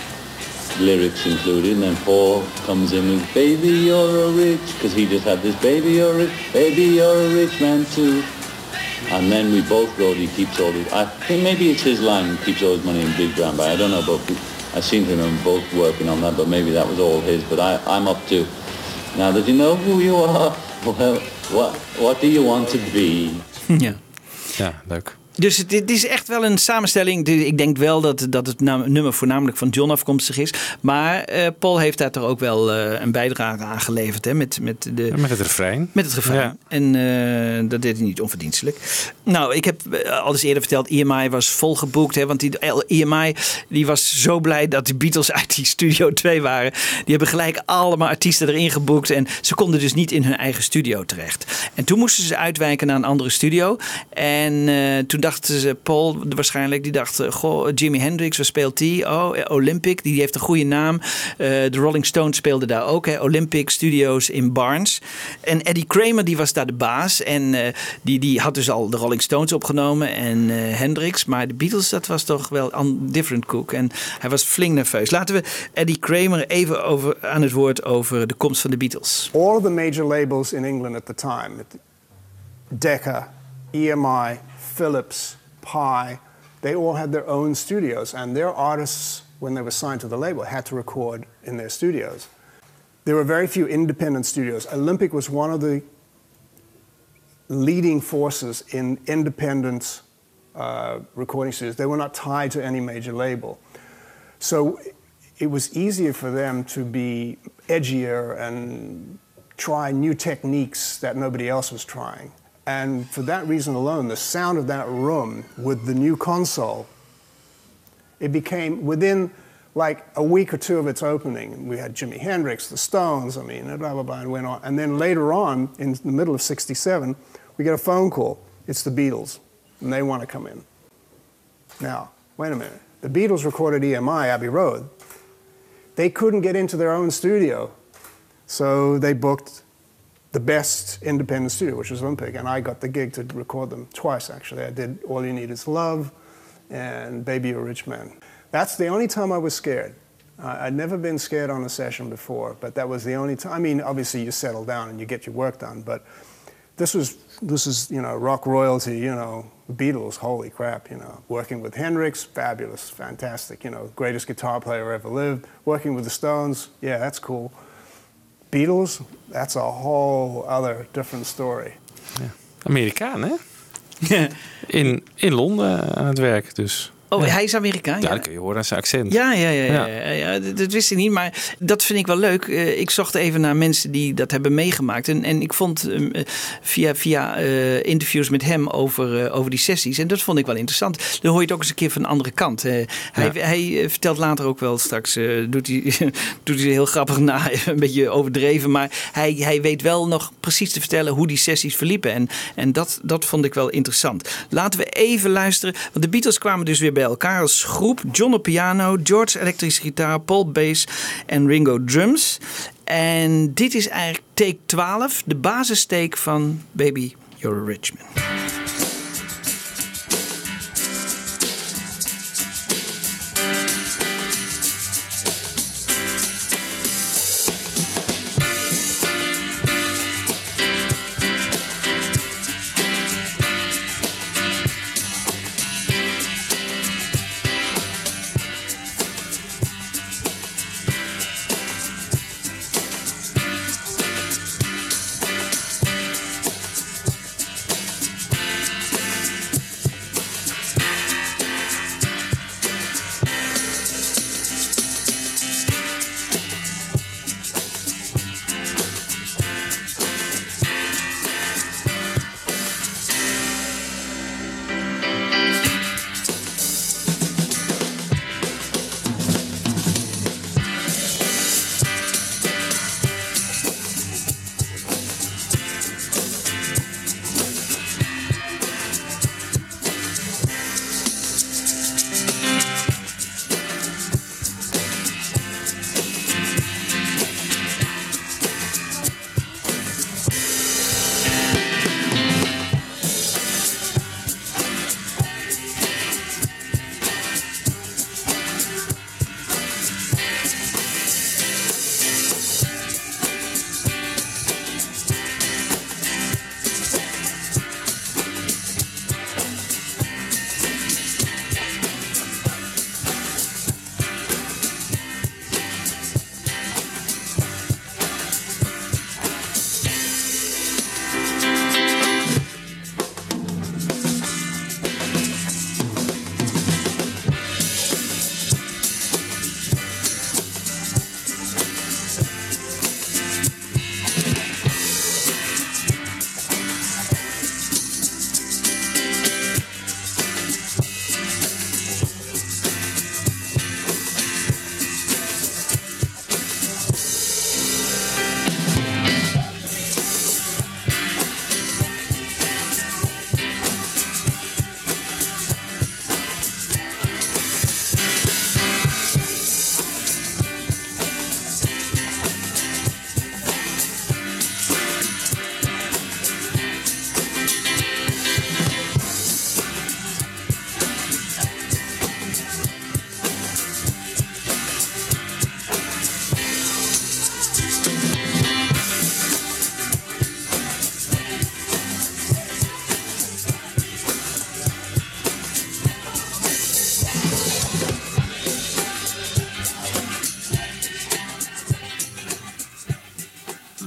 Q: Lyrics included, and then Paul comes in with baby you're a rich, because he just had this baby you're rich, baby you're a rich man too. And then we both wrote he keeps all his, I think maybe it's his line, keeps all his money in big brown bag. I don't know, but I seem to remember both working on that, but maybe that was all his. But I, I'm up to, now that you know who you are, well, what, what do you want to be?
H: Ja.
J: Ja, leuk.
H: Dus het, het is echt wel een samenstelling. Ik denk wel dat, dat het nummer voornamelijk van John afkomstig is. Maar uh, Paul heeft daar toch ook wel uh, een bijdrage aan geleverd. Hè? Met, met, de,
J: ja, met het refrein.
H: Met het refrein. Ja. En uh, dat deed hij niet onverdienstelijk. Nou, ik heb uh, al eens eerder verteld, E M I was volgeboekt. Hè? Want die E M I die was zo blij dat de Beatles uit die Studio twee waren. Die hebben gelijk allemaal artiesten erin geboekt. En ze konden dus niet in hun eigen studio terecht. En toen moesten ze uitwijken naar een andere studio. En uh, toen dachten ze, Paul waarschijnlijk, die dacht, goh, Jimi Hendrix, waar speelt die? Oh, Olympic, die heeft een goede naam. Uh, de Rolling Stones speelden daar ook, hè? Olympic Studios in Barnes. En Eddie Kramer, die was daar de baas. En uh, die, die had dus al de Rolling Stones opgenomen en uh, Hendrix. Maar de Beatles, dat was toch wel een different cook. En hij was flink nerveus. Laten we Eddie Kramer even over, aan het woord over de komst van de Beatles.
R: All of the major labels in England at the time, Decca, E M I, Philips, Pi, they all had their own studios, and their artists, when they were signed to the label, had to record in their studios. There were very few independent studios. Olympic was one of the leading forces in independent uh, recording studios. They were not tied to any major label. So it was easier for them to be edgier and try new techniques that nobody else was trying. And for that reason alone, the sound of that room with the new console, it became, within like a week or two of its opening, we had Jimi Hendrix, the Stones, I mean, blah, blah, blah, and went on. And then later on, in the middle of sixty-seven, we get a phone call. It's the Beatles, and they want to come in. Now, wait a minute. The Beatles recorded E M I, Abbey Road. They couldn't get into their own studio, so they booked the best independent studio, which was Olympic, and I got the gig to record them twice, actually. I did All You Need Is Love and Baby You're a Rich Man. That's the only time I was scared. Uh, I'd never been scared on a session before, but that was the only time. I mean, obviously you settle down and you get your work done, but this was, this is, you know, rock royalty, you know, Beatles, holy crap, you know. Working with Hendrix, fabulous, fantastic, you know, greatest guitar player ever lived. Working with the Stones, yeah, that's cool. Beatles, that's a whole other different story.
J: Ja. Amerikaan, hè? in, in Londen aan het werk, dus.
H: Oh,
J: ja.
H: Hij is Amerikaan?
J: Ja,
H: Ja,
J: dat kun je horen aan zijn accent.
H: Ja, ja, ja, ja, ja. ja, ja. Dat wist ik niet, maar dat vind ik wel leuk. Uh, ik zocht even naar mensen die dat hebben meegemaakt. En, en ik vond uh, via, via uh, interviews met hem over, uh, over die sessies. En dat vond ik wel interessant. Dan hoor je het ook eens een keer van een andere kant. Uh, hij, ja. hij uh, vertelt later ook wel straks, uh, doet, hij, doet hij heel grappig na, een beetje overdreven. Maar hij, hij weet wel nog precies te vertellen hoe die sessies verliepen. En, en dat, dat vond ik wel interessant. Laten we even luisteren. Want de Beatles kwamen dus weer bij elkaar als groep. John op piano, George elektrische gitaar, Paul bass en Ringo drums. En dit is eigenlijk take twaalf, de basistake van Baby You're a Rich Man.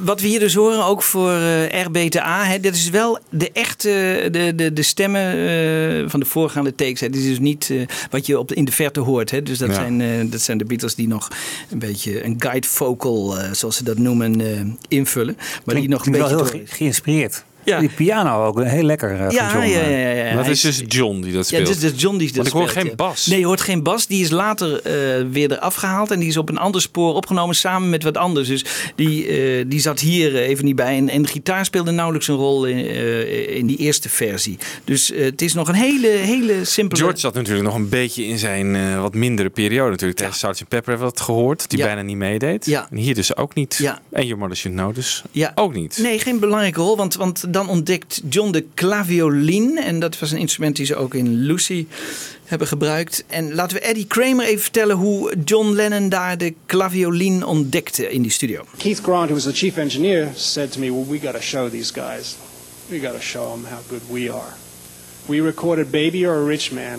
H: wat we hier dus horen, ook voor uh, R Beta A, hè, dat is wel de echte, de, de, de stemmen uh, van de voorgaande takes. Hè. Dit is dus niet uh, wat je op, in de verte hoort. Hè. Dus dat, ja. zijn, uh, dat zijn de Beatles die nog een beetje een guide vocal, uh, zoals ze dat noemen, uh, invullen. Maar Klink,
I: die
H: nog een
I: beetje
H: beetje
I: wel
H: door...
I: heel geïnspireerd.
H: Ja.
I: Die piano ook heel lekker uh,
H: ja,
I: van John.
H: Ja, ja, ja, ja.
J: Dat is dus John die dat speelt.
H: Ja, dit is John die dat
J: Want ik hoor
H: speelt,
J: geen bas.
H: Nee, je hoort geen bas. Die is later uh, weer eraf gehaald en die is op een ander spoor opgenomen samen met wat anders. Dus die, uh, die zat hier even niet bij. En, en de gitaar speelde nauwelijks een rol in, uh, in die eerste versie. Dus uh, het is nog een hele, hele simpele...
J: George zat natuurlijk nog een beetje in zijn uh, wat mindere periode natuurlijk. Tegen ja. sergeant Pepper hebben we dat gehoord. Die ja. bijna niet meedeed.
H: Ja.
J: En hier dus ook niet.
H: Ja.
J: En Your Mother Should Know dus
H: ja.
J: ook niet.
H: Nee, geen belangrijke rol. Want, want dan ontdekt John de klaviolin. En dat was een instrument die ze ook in Lucy hebben gebruikt. En laten we Eddie Kramer even vertellen hoe John Lennon daar de klaviolin ontdekte in die studio.
S: Keith Grant, who was the chief engineer, said to me, well, we got to show these guys. We got to show them how good we are. We recorded Baby You're a Rich Man,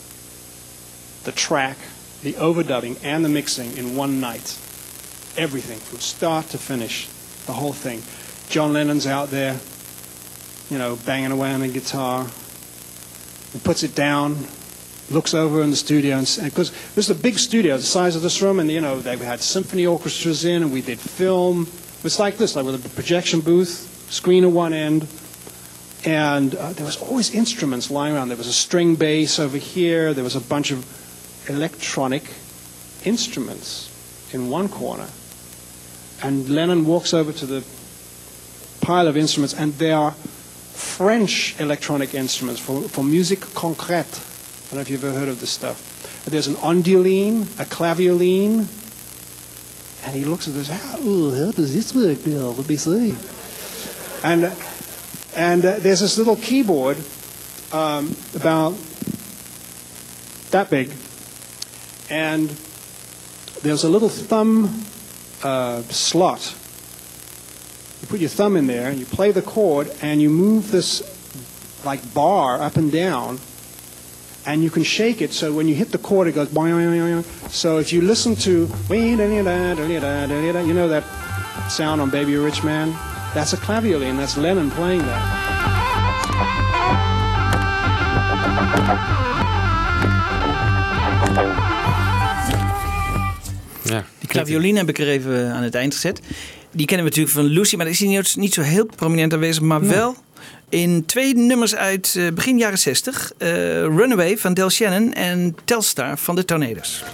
S: the track, the overdubbing and the mixing in one night. Everything from start to finish, the whole thing. John Lennon's out there, you know, banging away on the guitar. He puts it down, looks over in the studio, and because this is a big studio, the size of this room, and you know they had symphony orchestras in, and we did film. It's like this, like with a projection booth, screen at one end, and uh, there was always instruments lying around. There was a string bass over here. There was a bunch of electronic instruments in one corner, and Lennon walks over to the pile of instruments, and they are French electronic instruments for, for musique concrète. I don't know if you've ever heard of this stuff. There's an onduline, a clavioline, and he looks at this, how, how does this work now? Let me see. And, and uh, there's this little keyboard um, about that big, and there's a little thumb uh, slot. You put your thumb in there, and you play the chord, and you move this like bar up and down, and you can shake it so when you hit the chord it goes boing. So if you listen to, you know that sound on Baby You're a Rich Man? That's a clavioline, that's Lennon playing that.
H: Ja, die clavioline heb ik er even aan het eind gezet. Die kennen we natuurlijk van Lucy, maar dat is niet, niet zo heel prominent aanwezig, maar nee. wel in twee nummers uit uh, begin jaren zestig. Uh, Runaway van Del Shannon en Telstar van de Tornadoes.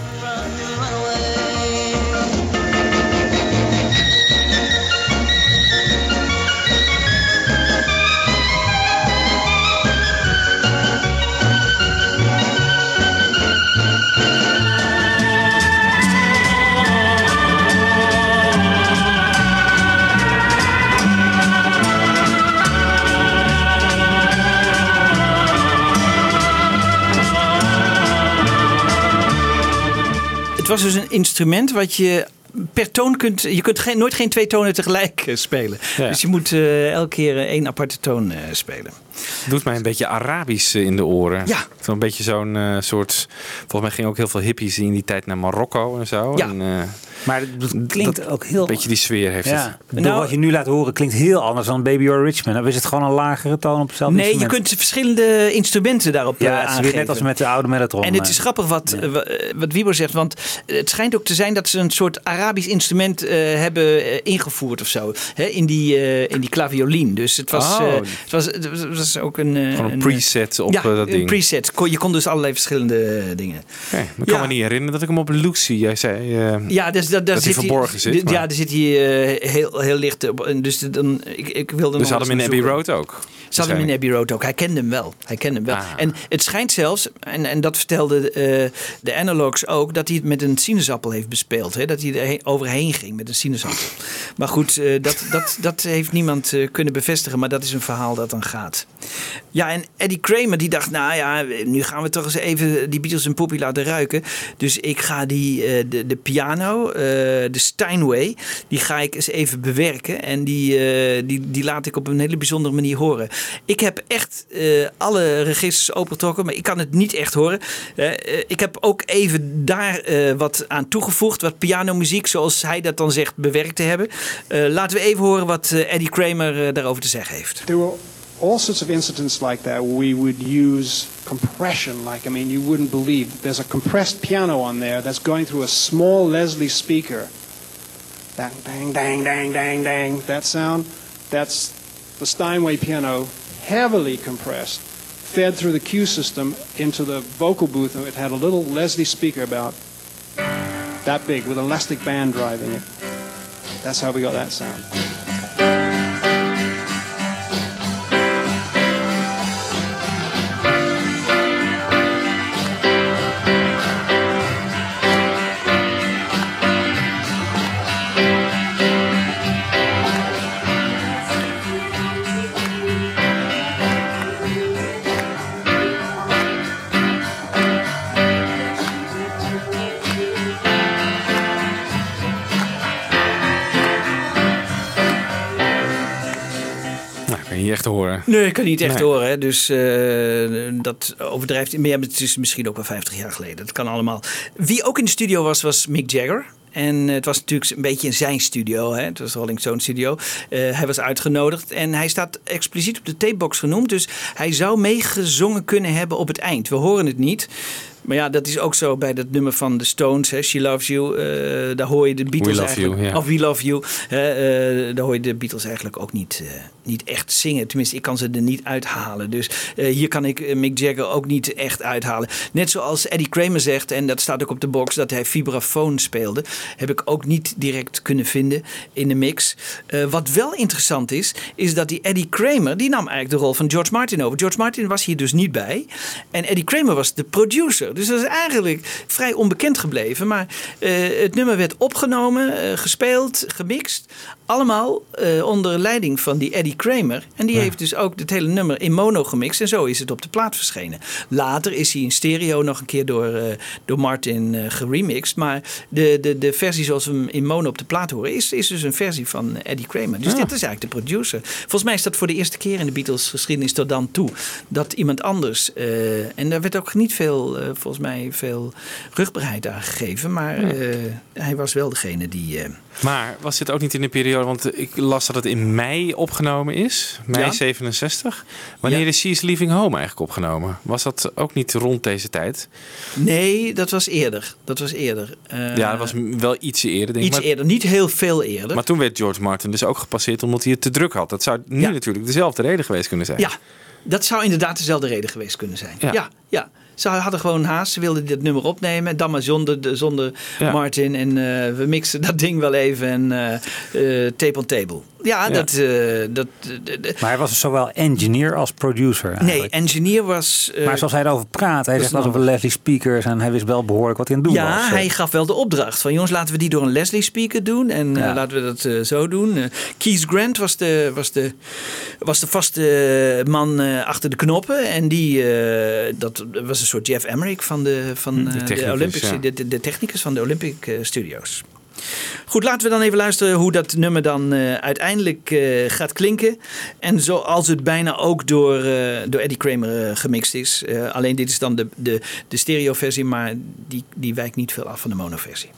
H: Het was dus een instrument wat je per toon kunt... Je kunt geen, nooit geen twee tonen tegelijk uh, spelen. Ja. Dus je moet uh, elke keer uh, één aparte toon uh, spelen.
J: Het doet mij een beetje Arabisch in de oren.
H: Ja.
J: Zo'n beetje zo'n uh, soort... Volgens mij gingen ook heel veel hippies in die tijd naar Marokko en zo.
H: Ja.
J: En, uh,
I: maar het klinkt
J: dat,
I: ook heel...
J: Een beetje die sfeer heeft
I: ja.
J: het.
I: Nou, wat je nu laat horen klinkt heel anders dan Baby You're a Rich Man. Of is het gewoon een lagere toon op hetzelfde
H: Nee,
I: instrument?
H: je kunt verschillende instrumenten daarop
I: ja,
H: uh,
I: het is
H: aangeven.
I: weer net als met de oude Mellotron.
H: En het is grappig wat, ja. uh, wat Wiebo zegt. Want het schijnt ook te zijn dat ze een soort Arabisch instrument uh, hebben uh, ingevoerd of zo. Hè, in die, uh, in die clavioline. Dus het was,
J: oh.
H: uh, het was, het was ook een... Uh,
J: Gewoon een preset op
H: ja,
J: uh, dat ding.
H: een preset. Je kon dus allerlei verschillende dingen.
J: Okay, maar ik kan ja. me niet herinneren dat ik hem op Lucy, jij zei, uh,
H: ja, dus, dat,
J: dat hij verborgen zit.
H: Maar. Ja, daar zit hij uh, heel, heel licht op. Dus, dan, ik, ik wilde
J: dus hadden hem in Abbey Road ook?
H: Ze hadden hem in Abbey Road ook. Hij kende hem wel. Hij kende hem wel. Ah. En het schijnt zelfs, en, en dat vertelde uh, de Analogs ook, dat hij het met een sinaasappel heeft bespeeld. Hè? Dat hij er overheen ging met een sinaasappel. Maar goed, uh, dat, dat, dat heeft niemand uh, kunnen bevestigen. Maar dat is een verhaal dat dan gaat. Ja, en Eddie Kramer die dacht, nou ja, nu gaan we toch eens even die Beatles en Poppy laten ruiken. Dus ik ga die, uh, de, de piano, uh, de Steinway, die ga ik eens even bewerken. En die, uh, die, die laat ik op een hele bijzondere manier horen. Ik heb echt uh, alle registers opengetrokken, maar ik kan het niet echt horen. Uh, uh, ik heb ook even daar uh, wat aan toegevoegd, wat pianomuziek, zoals hij dat dan zegt, bewerkt te hebben. Uh, laten we even horen wat uh, Eddie Kramer uh, daarover te zeggen heeft.
S: There were all sorts of incidents like that where we would use compression. Like, I mean, you wouldn't believe. There's a compressed piano on there that's going through a small Leslie speaker. Dang, dang, dang, dang, dang, dang. That sound, that's the Steinway piano, heavily compressed, fed through the Q system into the vocal booth. It had a little Leslie speaker about that big with an elastic band driving it. That's how we got that sound.
J: Niet echt te horen.
H: Nee, ik kan niet echt
J: nee.
H: horen. Hè. Dus uh, dat overdrijft. Maar ja, het is misschien ook wel vijftig jaar geleden. Dat kan allemaal. Wie ook in de studio was, was Mick Jagger. En het was natuurlijk een beetje in zijn studio. Hè? Het was Rolling Stone studio. Uh, hij was uitgenodigd. En hij staat expliciet op de tapebox genoemd. Dus hij zou meegezongen kunnen hebben op het eind. We horen het niet. Maar ja, dat is ook zo bij dat nummer van de Stones. Hè? She Loves You. Uh, daar hoor je de Beatles
J: We love
H: eigenlijk...
J: You, yeah.
H: Of We Love You. Uh, uh, daar hoor je de Beatles eigenlijk ook niet, uh, niet echt zingen. Tenminste, ik kan ze er niet uithalen. Dus uh, hier kan ik Mick Jagger ook niet echt uithalen. Net zoals Eddie Kramer zegt, en dat staat ook op de box, dat hij vibrafoon speelde. Heb ik ook niet direct kunnen vinden in de mix. Uh, wat wel interessant is, is dat die Eddie Kramer, die nam eigenlijk de rol van George Martin over. George Martin was hier dus niet bij. En Eddie Kramer was de producer. Dus dat is eigenlijk vrij onbekend gebleven. Maar uh, het nummer werd opgenomen, uh, gespeeld, gemixt. Allemaal uh, onder leiding van die Eddie Kramer. En die ja. heeft dus ook het hele nummer in mono gemixt. En zo is het op de plaat verschenen. Later is hij in stereo nog een keer door, uh, door Martin uh, geremixed. Maar de, de, de versie zoals we hem in mono op de plaat horen, is, is dus een versie van Eddie Kramer. Dus ja. dit is eigenlijk de producer. Volgens mij is dat voor de eerste keer in de Beatles geschiedenis tot dan toe. Dat iemand anders, uh, en daar werd ook niet veel, uh, volgens mij veel rugbaarheid aan gegeven. Maar ja. uh, hij was wel degene die... Uh,
J: Maar was dit ook niet in de periode, want ik las dat het in mei opgenomen is, mei ja. zevenenzestig. Wanneer ja. is She's Leaving Home eigenlijk opgenomen? Was dat ook niet rond deze tijd?
H: Nee, dat was eerder. Dat was eerder. Uh,
J: ja, dat was wel ietsje eerder, denk ik.
H: Iets
J: maar,
H: eerder, niet heel veel eerder.
J: Maar toen werd George Martin dus ook gepasseerd omdat hij het te druk had. Dat zou nu ja. natuurlijk dezelfde reden geweest kunnen zijn.
H: Ja, dat zou inderdaad dezelfde reden geweest kunnen zijn. Ja, ja. ja. Ze hadden gewoon haast. Ze wilden dit nummer opnemen. Dan maar zonder, zonder ja. Martin. En uh, we mixen dat ding wel even. En uh, uh, tape on table. Ja, ja. Dat, uh, dat, uh,
I: maar hij was zowel engineer als producer eigenlijk.
H: Nee, engineer was... Uh,
I: maar zoals hij erover praat. Hij zegt over Leslie speakers. En hij wist wel behoorlijk wat hij aan het doen
H: ja,
I: was.
H: Ja, hij gaf wel de opdracht. Van jongens, laten we die door een Leslie speaker doen. En ja. uh, laten we dat uh, zo doen. Uh, Keith Grant was de, was de, was de vaste man uh, achter de knoppen. En die... Uh, dat was een soort Jeff Emmerich van de, van, uh, de, de, Olympics, ja. de, de, de technicus van de Olympic uh, Studios. Goed, laten we dan even luisteren hoe dat nummer dan uh, uiteindelijk uh, gaat klinken. En zoals het bijna ook door, uh, door Eddie Kramer uh, gemixt is. Uh, alleen dit is dan de, de, de stereo-versie, maar die, die wijkt niet veel af van de mono-versie.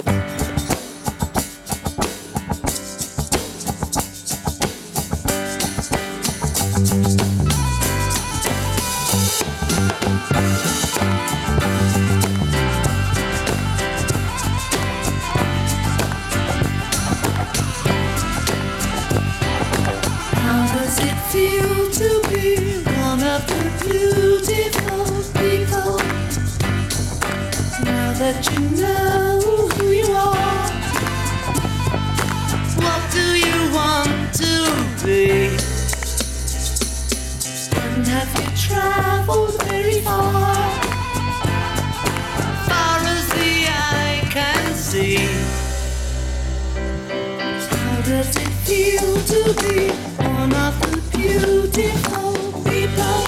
C: That you know who you are. What do you want to be? And have you traveled very far? Far as the eye can see. How does it feel to be one of the beautiful people?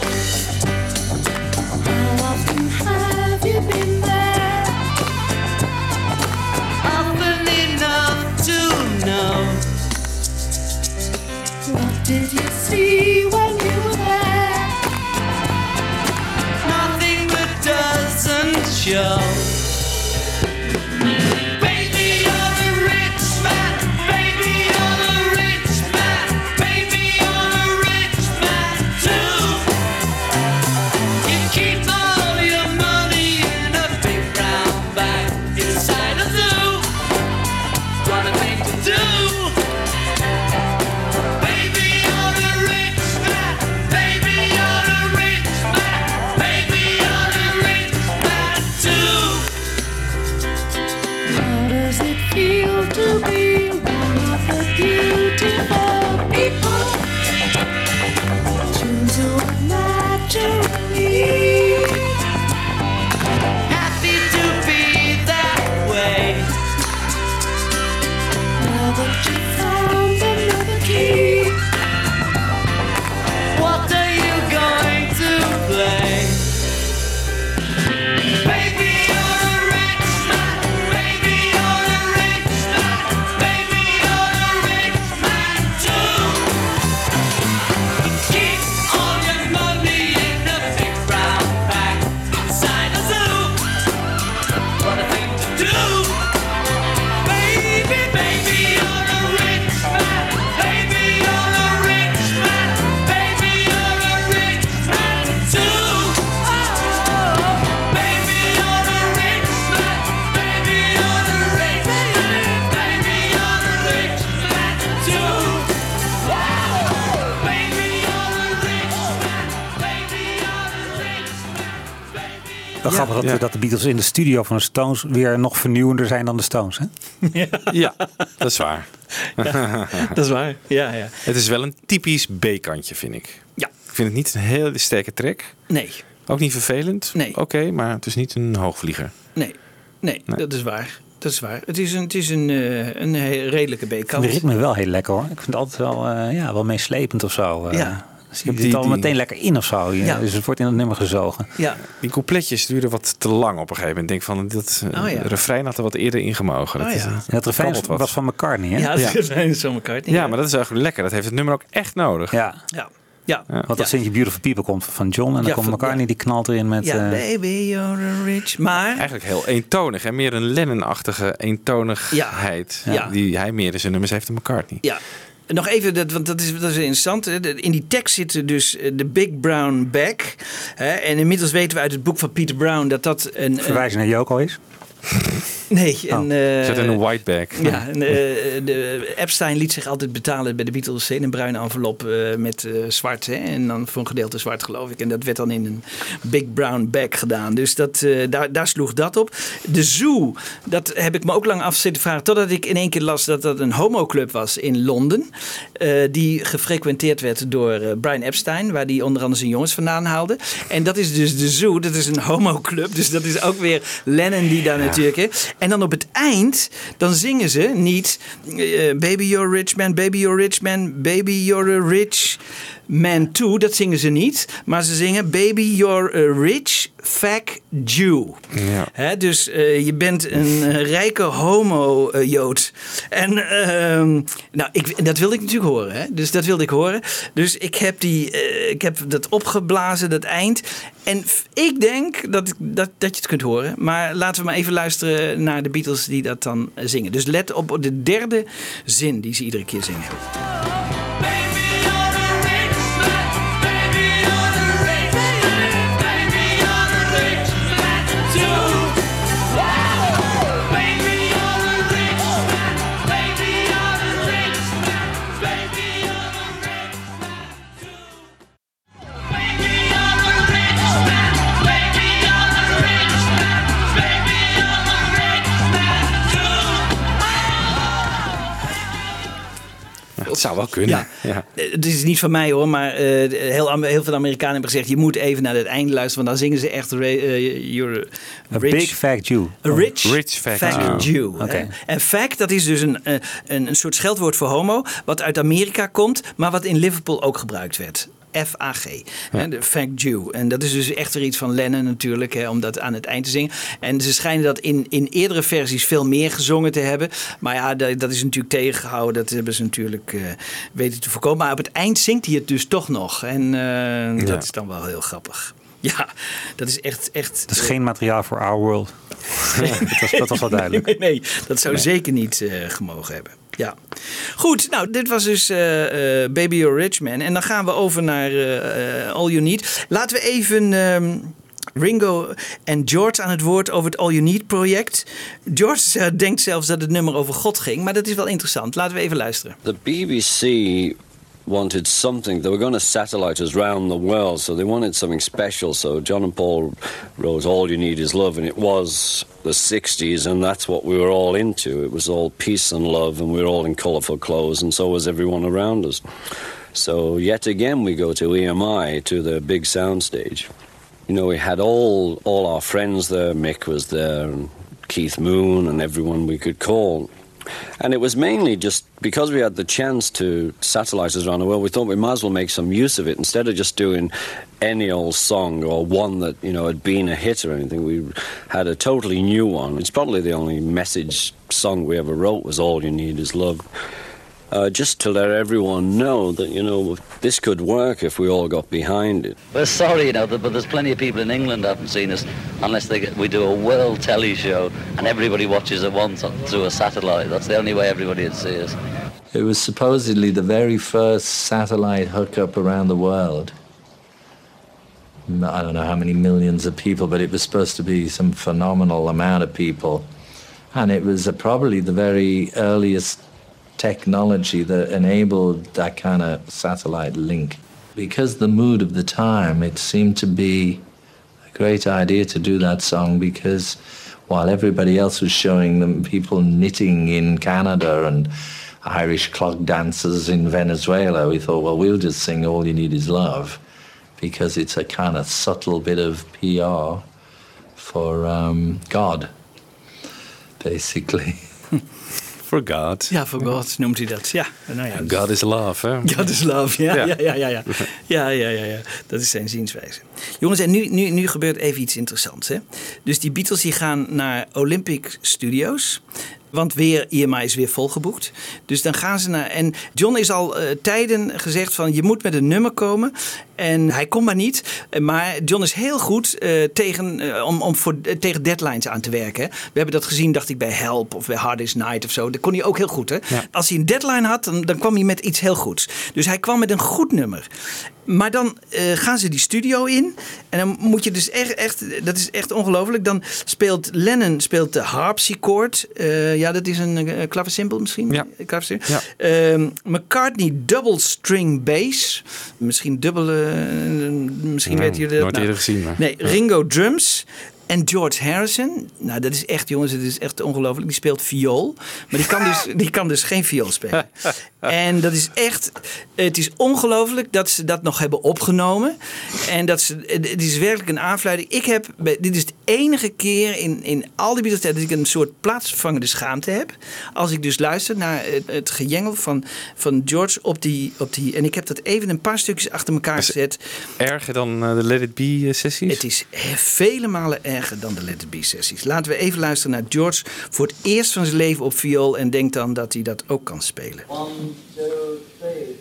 I: Wel grappig dat,
J: ja.
I: dat de Beatles in de studio van de Stones weer nog vernieuwender zijn dan de Stones, hè?
J: Ja, ja dat is waar.
H: Ja, dat is waar, ja, ja.
J: Het is wel een typisch B-kantje, vind ik.
H: Ja.
J: Ik vind het niet een hele sterke track.
H: Nee.
J: Ook niet vervelend.
H: Nee.
J: Oké, okay, maar het is niet een hoogvlieger.
H: Nee, nee, nee. dat is waar. Dat is waar. Het is een, het is een, uh, een redelijke B-kant.
I: Het ritme wel heel lekker, hoor. Ik vind het altijd wel, uh, ja, wel meeslepend of zo. Uh,
H: ja.
I: Dus je zit al meteen lekker in of zo. Ja. Dus het wordt in het nummer gezogen.
H: Ja.
J: Die coupletjes duurden wat te lang op een gegeven moment. Ik denk van, dat
H: oh, ja.
J: de refrein had er wat eerder ingemogen.
H: Oh,
J: dat is,
H: ja.
I: Ja, het refrein was van McCartney, hè?
H: Ja, het refrein is van McCartney.
J: Ja, maar dat is eigenlijk lekker. Dat heeft het nummer ook echt nodig.
I: Ja.
H: Ja. Ja.
J: Ja.
I: Want dat Sing You Beautiful People komt van John. En dan
H: ja,
I: komt McCartney, ja. die knalt erin met...
H: Ja,
I: uh,
H: baby, you're a rich... Maar...
J: Eigenlijk heel eentonig. En meer een Lennon-achtige eentonigheid.
H: Ja. Ja.
J: Die hij meer in zijn nummers heeft dan McCartney.
H: Ja. Nog even, dat, want dat is, dat is interessant. In die tekst zit dus de Big Brown Bag. En inmiddels weten we uit het boek van Peter Brown dat dat een...
I: Verwijzing naar Yoko is?
H: Nee.
J: Oh.
H: Een, uh,
J: Zet in een white bag.
H: Ja, en, uh, de Epstein liet zich altijd betalen bij de Beatles in een bruine envelop uh, met uh, zwart. Hè, en dan voor een gedeelte zwart, geloof ik. En dat werd dan in een Big Brown Bag gedaan. Dus dat, uh, daar, daar sloeg dat op. De Zoo, dat heb ik me ook lang af zitten vragen. Totdat ik in één keer las dat dat een homoclub was in Londen. Uh, die gefrequenteerd werd door uh, Brian Epstein. Waar die onder andere zijn jongens vandaan haalde. En dat is dus de Zoo. Dat is een homoclub. Dus dat is ook weer Lennon die daar ja. natuurlijk... Hè. En dan op het eind, dan zingen ze niet... Uh, baby, you're a rich man, baby, you're a rich man, baby, you're a rich man too. Dat zingen ze niet. Maar ze zingen baby, you're a rich fag Jew.
J: Ja.
H: Hè, dus uh, je bent een uh, rijke homo-jood. En uh, nou, ik, dat wilde ik natuurlijk horen. Hè? Dus dat wilde ik horen. Dus ik heb, die, uh, ik heb dat opgeblazen, dat eind. En ik denk dat, dat, dat je het kunt horen. Maar laten we maar even luisteren naar de Beatles die dat dan zingen. Dus let op de derde zin die ze iedere keer zingen.
J: Het zou wel kunnen.
H: Ja.
J: Ja.
H: Het is niet van mij hoor, maar uh, heel, heel veel Amerikanen hebben gezegd... je moet even naar het einde luisteren, want dan zingen ze echt... Uh, you're
I: a rich, big fag Jew.
H: A rich,
J: rich fag,
H: fag
J: Jew.
H: Jew.
I: Okay.
H: En fag, dat is dus een, een, een soort scheldwoord voor homo... wat uit Amerika komt, maar wat in Liverpool ook gebruikt werd. F A G, ja. hè, de fag Jew. En dat is dus echt weer iets van Lennon natuurlijk, hè, om dat aan het eind te zingen. En ze schijnen dat in, in eerdere versies veel meer gezongen te hebben. Maar ja, dat, dat is natuurlijk tegengehouden. Dat hebben ze natuurlijk uh, weten te voorkomen. Maar op het eind zingt hij het dus toch nog. En uh, ja. dat is dan wel heel grappig. Ja, dat is echt... echt
I: dat is geen materiaal voor Our World. dat, was, dat was wel duidelijk.
H: Nee, nee, nee dat zou nee. zeker niet uh, gemogen hebben. Ja. Goed, nou, dit was dus uh, uh, Baby You're a Rich Man. En dan gaan we over naar uh, uh, All You Need. Laten we even... Um, Ringo en George aan het woord over het All You Need project. George uh, denkt zelfs dat het nummer over God ging, maar dat is wel interessant. Laten we even luisteren.
T: The B B C wanted something. They were going to satellite us round the world, so they wanted something special. So John and Paul wrote All You Need Is Love, and it was the sixties, and that's what we were all into. It was all peace and love, and we were all in colourful clothes, and so was everyone around us. So yet again we go to E M I, to the big soundstage. You know, we had all all our friends there. Mick was there, and Keith Moon, and everyone we could call. And it was mainly just because we had the chance to satellite us around the world, we thought we might as well make some use of it. Instead of just doing any old song or one that, you know, had been a hit or anything, we had a totally new one. It's probably the only message song we ever wrote was All You Need Is Love. Uh, just to let everyone know that, you know, this could work if we all got behind it.
Q: We're sorry, you know, but there's plenty of people in England haven't seen us unless they get, we do a world telly show and everybody watches it once through a satellite. That's the only way everybody would see us.
K: It was supposedly the very first satellite hookup around the world. I don't know how many millions of people, but it was supposed to be some phenomenal amount of people. And it was uh, probably the very earliest technology that enabled that kind of satellite link. Because the mood of the time, it seemed to be a great idea to do that song, because while everybody else was showing them people knitting in Canada and Irish clog dancers in Venezuela, we thought, well, we'll just sing All You Need Is Love, because it's a kind of subtle bit of P R for um, God, basically.
J: For God.
H: Ja, for God noemt hij dat. Ja, nou ja.
J: God is love, hè?
H: God is love, ja. Ja, ja, ja, ja. ja. ja, ja, ja, ja. Dat is zijn zienswijze. Jongens, en nu, nu, nu gebeurt even iets interessants, hè. Dus die Beatles die gaan naar Olympic Studios. Want weer E M I is weer volgeboekt. Dus dan gaan ze naar... En John is al uh, tijden gezegd van... je moet met een nummer komen. En hij komt maar niet. Maar John is heel goed uh, tegen, uh, om, om voor, uh, tegen deadlines aan te werken. Hè. We hebben dat gezien, dacht ik, bij Help of bij Hardest Night of zo. Dat kon hij ook heel goed. Hè. Ja. Als hij een deadline had, dan, dan kwam hij met iets heel goeds. Dus hij kwam met een goed nummer. Maar dan uh, gaan ze die studio in. En dan moet je dus echt... echt dat is echt ongelooflijk. Dan speelt Lennon speelt de harpsichord. Uh, ja, dat is een uh, klavecimbal misschien.
J: Ja.
H: ja. Uh, McCartney double string bass. Misschien dubbele... Uh, misschien
J: nee,
H: weten jullie dat.
J: Nooit
H: nou,
J: eerder gezien. Maar.
H: Nee, Ringo drums. En George Harrison, nou dat is echt, jongens, het is echt ongelooflijk. Die speelt viool, maar die kan dus, die kan dus geen viool spelen. En dat is echt, het is ongelooflijk dat ze dat nog hebben opgenomen. En dat ze, het is werkelijk een aanfluiting. Ik heb, dit is de enige keer in, in al die Beatles dat ik een soort plaatsvervangende schaamte heb. Als ik dus luister naar het, het gejengel van, van George op die, op die, en ik heb dat even een paar stukjes achter elkaar gezet.
J: Erger dan uh, de Let It Be sessies?
H: Het is vele malen erger dan de Let It Be sessies. Laten we even luisteren naar George voor het eerst van zijn leven op viool en denk dan dat hij dat ook kan spelen.
G: One, two, three.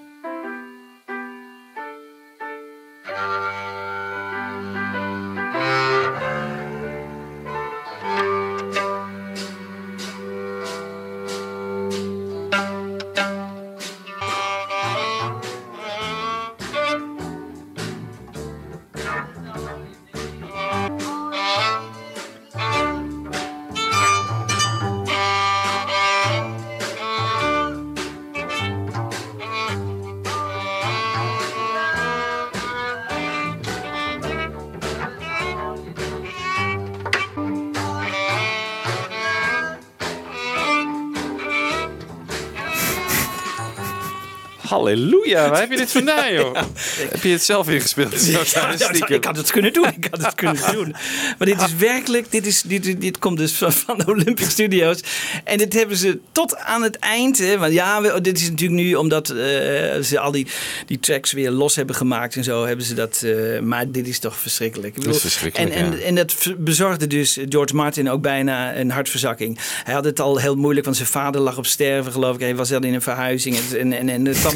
J: Halleluja, waar heb je dit vandaan, joh? Ja. Heb je het zelf ingespeeld?
H: Ja, ja, ja, ik had het kunnen doen. Ik had het kunnen doen. Maar dit is werkelijk, dit, is, dit, dit komt dus van, van de Olympic Studios. En dit hebben ze tot aan het eind. Hè, want ja, we, dit is natuurlijk nu omdat uh, ze al die, die tracks weer los hebben gemaakt en zo. Hebben ze dat. Uh, maar dit is toch verschrikkelijk. Ik bedoel,
J: dat is verschrikkelijk.
H: En,
J: ja.
H: en, en dat bezorgde dus George Martin ook bijna een hartverzakking. Hij had het al heel moeilijk, want zijn vader lag op sterven, geloof ik. Hij was al in een verhuizing. En, en, en er kwam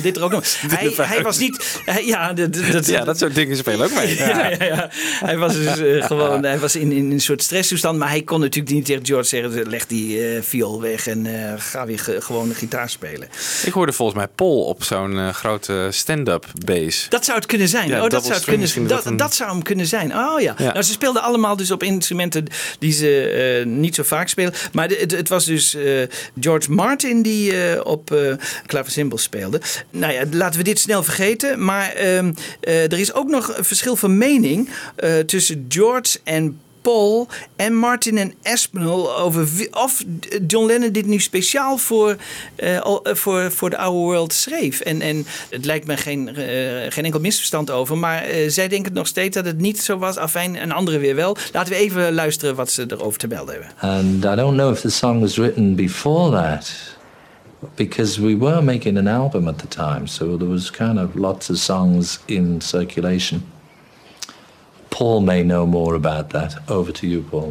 H: dit er ook nog. Hij, hij was niet... Hij, ja, de, de, de,
J: ja, dat soort dingen spelen ook mee.
H: Ja, ja, ja. Hij was dus uh, gewoon... Hij was in, in een soort stresstoestand. Maar hij kon natuurlijk niet tegen George zeggen... leg die uh, viool weg en uh, ga weer ge, gewoon de gitaar spelen.
J: Ik hoorde volgens mij Paul op zo'n uh, grote stand-up bass.
H: Dat zou het kunnen zijn.
J: Ja,
H: oh, dat, zou het kunnen, dat,
J: dat, een...
H: dat zou hem kunnen zijn. Oh ja. ja. Nou, ze speelden allemaal dus op instrumenten die ze uh, niet zo vaak spelen. Maar de, het, het was dus uh, George Martin die uh, op uh, klaversymbol speelde. Nou ja, laten we dit snel vergeten. Maar uh, uh, er is ook nog een verschil van mening uh, tussen George en Paul en Martin en Aspinall over wie, of John Lennon dit nu speciaal voor, uh, voor, voor de Our World schreef. En, en het lijkt me geen, uh, geen enkel misverstand over, maar uh, zij denken nog steeds dat het niet zo was. Afijn, en anderen weer wel. Laten we even luisteren wat ze erover te melden hebben.
K: And I don't know if the song was written before that, because we were making an album at the time, so there was kind of lots of songs in circulation. Paul may know more about that. Over to you, Paul.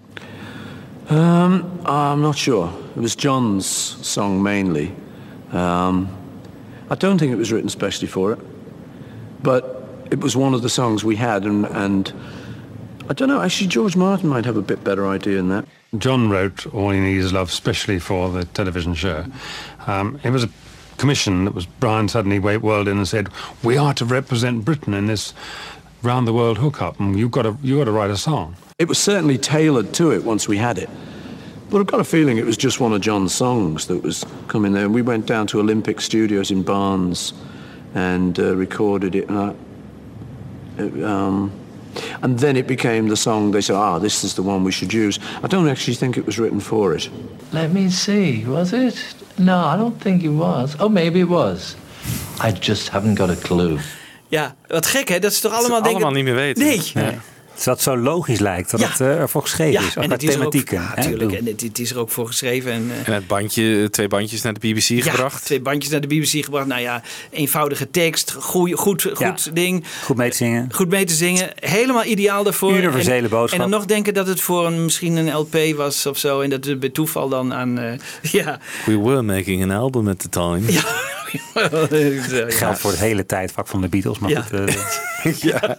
U: Um, I'm not sure. It was John's song mainly. Um, I don't think it was written specially for it, but it was one of the songs we had, and, and I don't know, actually George Martin might have a bit better idea than that.
V: John wrote All You Need Is Love specially for the television show. Um, it was a commission that was Brian suddenly whirled in and said, we are to represent Britain in this round the world hookup, and you've got to you got to write a song.
U: It was certainly tailored to it once we had it, but I've got a feeling it was just one of John's songs that was coming there. And we went down to Olympic Studios in Barnes and uh, recorded it, and, I, it um, and then it became the song. They said, "Ah, this is the one we should use." I don't actually think it was written for it.
K: Let me see. Was it? No, I don't think it was. Oh, maybe it was. I just haven't got a clue.
H: Ja, wat gek hè, dat is toch allemaal...
J: Dat allemaal niet meer weten.
H: Nee.
J: nee.
I: Dat het zo logisch lijkt dat ja. het uh, ervoor geschreven
H: ja,
I: is. Ook
H: en
I: met thematieken.
H: Ja, natuurlijk. En het, het is er ook voor geschreven. En, uh,
J: en het bandje, twee bandjes naar de B B C
H: ja,
J: gebracht.
H: twee bandjes naar de B B C gebracht. Nou ja, eenvoudige tekst, goeie, goed, goed ja. ding.
I: Goed mee te zingen.
H: Goed mee te zingen. Helemaal ideaal daarvoor.
I: Universele boodschap.
H: En dan nog denken dat het voor een, misschien een L P was of zo. En dat het bij toeval dan aan... Uh, ja.
J: We were making an album at the time.
H: Ja.
I: Geldt voor het hele tijdvak van de Beatles. Maar
H: ja.
I: goed, uh,
H: ja.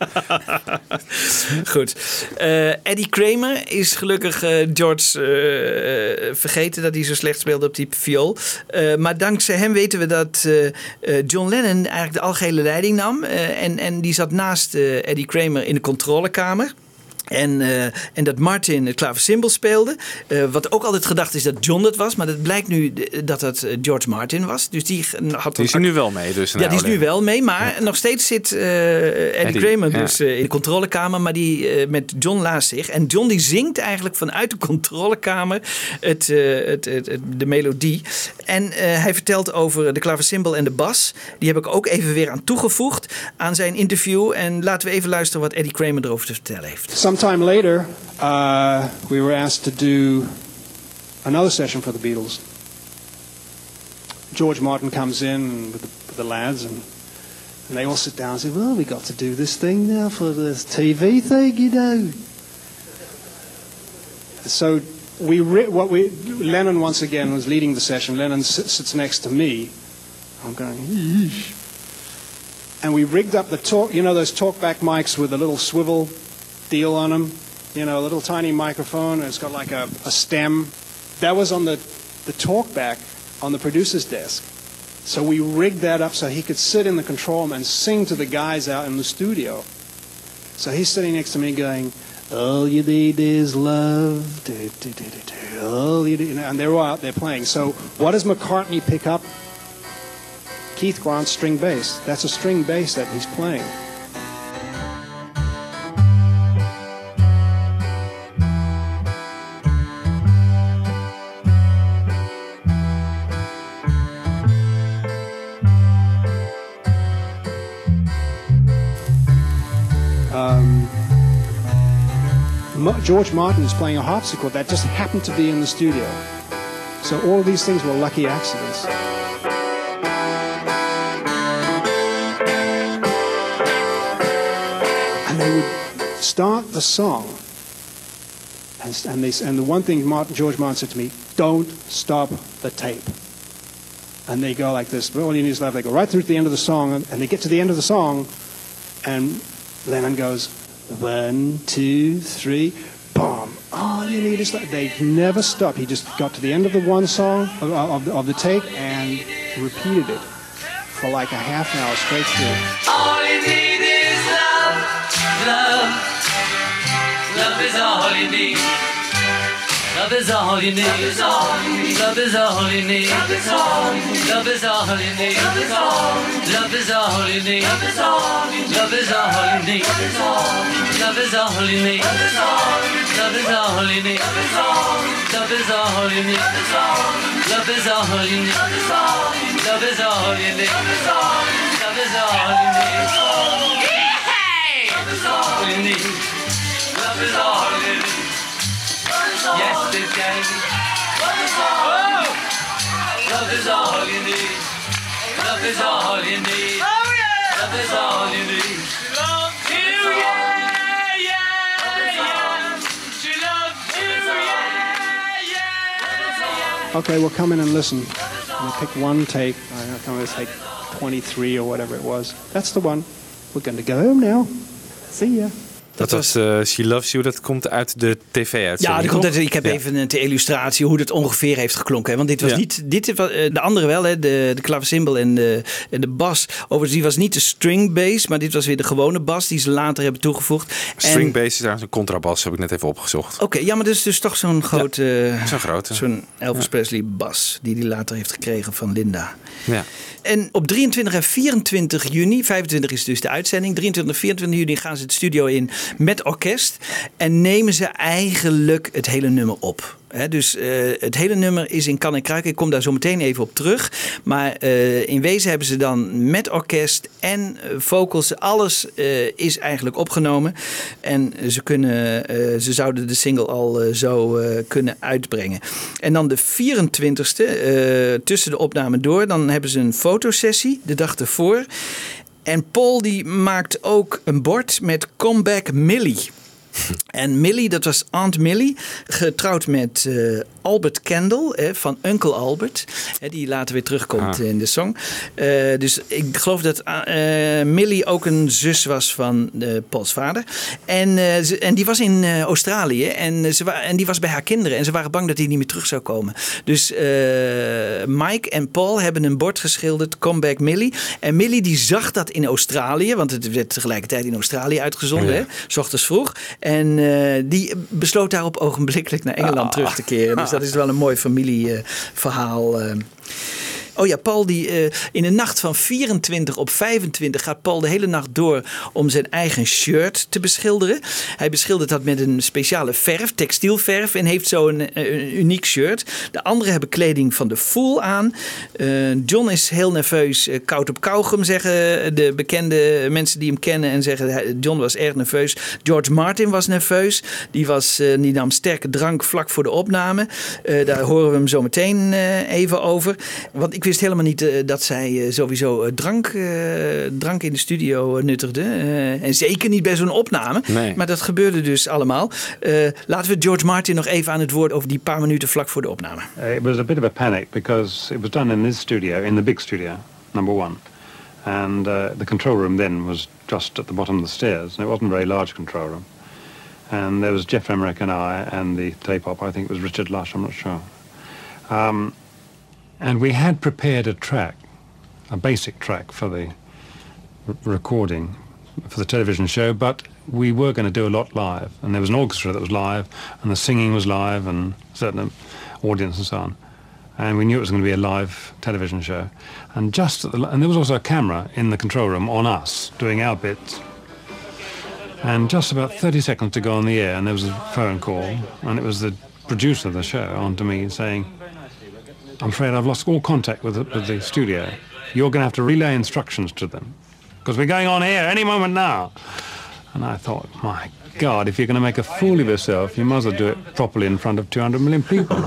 H: goed. Uh, Eddie Kramer is gelukkig uh, George uh, vergeten dat hij zo slecht speelde op die viool. Uh, maar dankzij hem weten we dat uh, uh, John Lennon eigenlijk de algehele leiding nam. Uh, en, en die zat naast uh, Eddie Kramer in de controlekamer. En, uh, en dat Martin het klaversymbol speelde. Uh, wat ook altijd gedacht is dat John het was. Maar het blijkt nu dat het George Martin was. Dus die had
J: die is er nu wel mee. Dus
H: ja, die is nu wel mee. Maar ja. nog steeds zit uh, Eddie, Eddie Kramer dus, uh, in de controlekamer. Maar die uh, met John naast zich. En John die zingt eigenlijk vanuit de controlekamer het, uh, het, het, het, de melodie. En uh, hij vertelt over de klaversymbol en de bas. Die heb ik ook even weer aan toegevoegd aan zijn interview. En laten we even luisteren wat Eddie Kramer erover te vertellen heeft.
S: Sometime later, uh, we were asked to do another session for the Beatles. George Martin comes in with the, with the lads, and, and they all sit down and say, well, we got to do this thing now for this T V thing, you know. So we re- what we Lennon once again was leading the session. Lennon sits, sits next to me. I'm going, yeesh. And we rigged up the talk, you know those talkback mics with a little swivel deal on them, you know, a little tiny microphone, and it's got like a, a stem. That was on the, the talkback on the producer's desk. So we rigged that up so he could sit in the control room and sing to the guys out in the studio. So he's sitting next to me going, all you need is love, do, do, do, do, do. All you need, and they're all out there playing. So what does McCartney pick up? Keith Grant's string bass. That's a string bass that he's playing. Um, George Martin is playing a harpsichord that just happened to be in the studio. So all of these things were lucky accidents. And they would start the song, and, and, they, and the one thing Martin, George Martin said to me, don't stop the tape. and they go like this. All you need is love. They go right through to the end of the song, and, and they get to the end of the song, and Lennon goes, one, two, three, boom. All you need is love. They never stop. He just got to the end of the one song of, of, the, of the take and repeated it for like a half an hour straight through.
G: All you need is love, love. Love is all you need. Love is all you need. Love is all you need. Love is all you need. Love is all you need. Love is all you need. Love is all you need. Love is all you need. Love is all you need. Love is all you need. Love is all you need. Love is all you need. Love is all you need. Love is all you need. Love is all you need. Love is all you need. Love is all you need. Love is all you need. Yesterday. Oh! Love is all you need. Love is all you need. Oh yeah. Love is all you need. Love you, yeah, yeah, yeah. She loves you, yeah, yeah.
S: Okay, we'll come in and listen. We'll pick one take. I'll come in and take twenty-three or whatever it was. That's the one. We're going to go home now. See ya.
J: Dat, dat was uh, She Loves You, dat komt uit de tv-uitzending.
H: Ja, dat komt uit, ik heb
J: ja.
H: even ter illustratie hoe dat ongeveer heeft geklonken. Hè? Want dit was ja. niet, dit was, de andere wel, hè? de, de klaversymbol en de, en de bas. Overigens, die was niet de string bass, maar dit was weer de gewone bas die ze later hebben toegevoegd.
J: String bass is daar een contrabas, heb ik net even opgezocht.
H: Oké, okay, ja, maar dat is dus toch zo'n grote,
J: ja, zo'n grote,
H: zo'n Elvis ja. Presley bas die hij later heeft gekregen van Linda.
J: Ja.
H: En op drieëntwintig en vierentwintig juni, vijfentwintig is dus de uitzending, drieëntwintig en vierentwintig juni gaan ze het studio in met orkest en nemen ze eigenlijk het hele nummer op. He, dus uh, het hele nummer is in kan en kruiken. Ik kom daar zo meteen even op terug. Maar uh, in wezen hebben ze dan met orkest en uh, vocals, alles uh, is eigenlijk opgenomen. En ze, kunnen, uh, ze zouden de single al uh, zo uh, kunnen uitbrengen. En dan de vierentwintigste, uh, tussen de opnamen door, dan hebben ze een fotosessie de dag ervoor. En Paul die maakt ook een bord met Comeback Millie. En Millie, dat was Aunt Millie, getrouwd met uh, Albert Kendall eh, van Uncle Albert, eh, die later weer terugkomt ah. in de song. Uh, dus ik geloof dat uh, Millie ook een zus was van uh, Pauls vader. En, uh, ze, en die was in uh, Australië en, ze wa- en die was bij haar kinderen en ze waren bang dat hij niet meer terug zou komen. Dus uh, Mike en Paul hebben een bord geschilderd, Comeback Millie. En Millie die zag dat in Australië, want het werd tegelijkertijd in Australië uitgezonden, oh ja. hè, 's ochtends vroeg. En uh, die besloot daarop ogenblikkelijk naar Engeland ah. terug te keren. Dus dat is wel een mooi familieverhaal. Uh, Oh ja, Paul die uh, in de nacht van vierentwintig op vijfentwintig gaat Paul de hele nacht door om zijn eigen shirt te beschilderen. Hij beschildert dat met een speciale verf, textielverf, en heeft zo een, een uniek shirt. De anderen hebben kleding van de Fool aan. Uh, John is heel nerveus, uh, koud op kauwgom, zeggen de bekende mensen die hem kennen en zeggen John was erg nerveus. George Martin was nerveus. Die, was, uh, die nam sterke drank vlak voor de opname. Uh, daar horen we hem zo meteen uh, even over. Want ik wist helemaal niet uh, dat zij uh, sowieso uh, drank, uh, drank in de studio uh, nuttigde. Uh, en zeker niet bij zo'n opname. Nee. Maar dat gebeurde dus allemaal. Uh, laten we George Martin nog even aan het woord over die paar minuten vlak voor de opname.
V: Uh, it was a bit of a panic because it was done in this studio, in the big studio, number one. And uh, the control room then was just at the bottom of the stairs. And it wasn't a very large control room. And there was Jeff Emmerich and I and the tape op. I think it was Richard Lush, I'm not sure. Um, And we had prepared a track, a basic track for the r- recording, for the television show, but we were going to do a lot live. And there was an orchestra that was live, and the singing was live, and certain audience and so on. And we knew it was going to be a live television show. And just at the, and there was also a camera in the control room on us, doing our bits. And just about thirty seconds to go on the air, and there was a phone call, and it was the producer of the show on to me saying, I'm afraid I've lost all contact with the, with the studio. You're going to have to relay instructions to them because we're going on air any moment now. And I thought, my God, if you're going to make a fool of yourself, you might as well do it properly in front of two hundred million people.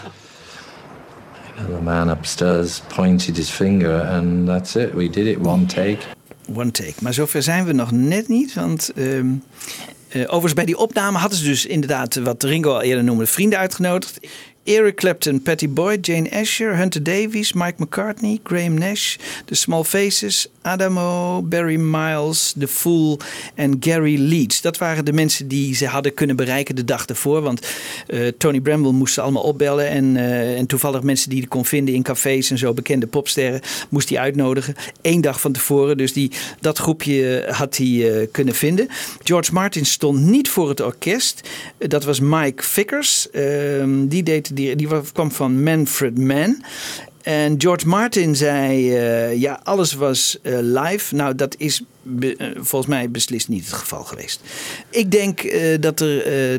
K: The man upstairs pointed his finger and that's it. We did it, one take.
H: One take. Maar zover zijn we nog net niet, want... Um... Uh, overigens bij die opname hadden ze dus inderdaad, wat Ringo al eerder noemde, vrienden uitgenodigd. Eric Clapton, Patti Boyd, Jane Asher, Hunter Davies, Mike McCartney, Graham Nash, The Small Faces, Adamo, Barry Miles, The Fool en Gary Leeds. Dat waren de mensen die ze hadden kunnen bereiken de dag ervoor. Want uh, Tony Bramwell moest ze allemaal opbellen. En, uh, en toevallig mensen die hij kon vinden in cafés en zo, bekende popsterren, moest hij uitnodigen. Eén dag van tevoren. Dus die, dat groepje had hij uh, kunnen vinden. George Martin stond niet voor het orkest. Uh, dat was Mike Vickers. Uh, die, deed, die, die kwam van Manfred Mann. En George Martin zei, uh, ja, alles was uh, live. Nou, dat is be, uh, volgens mij beslist niet het geval geweest. Ik denk uh, dat er uh,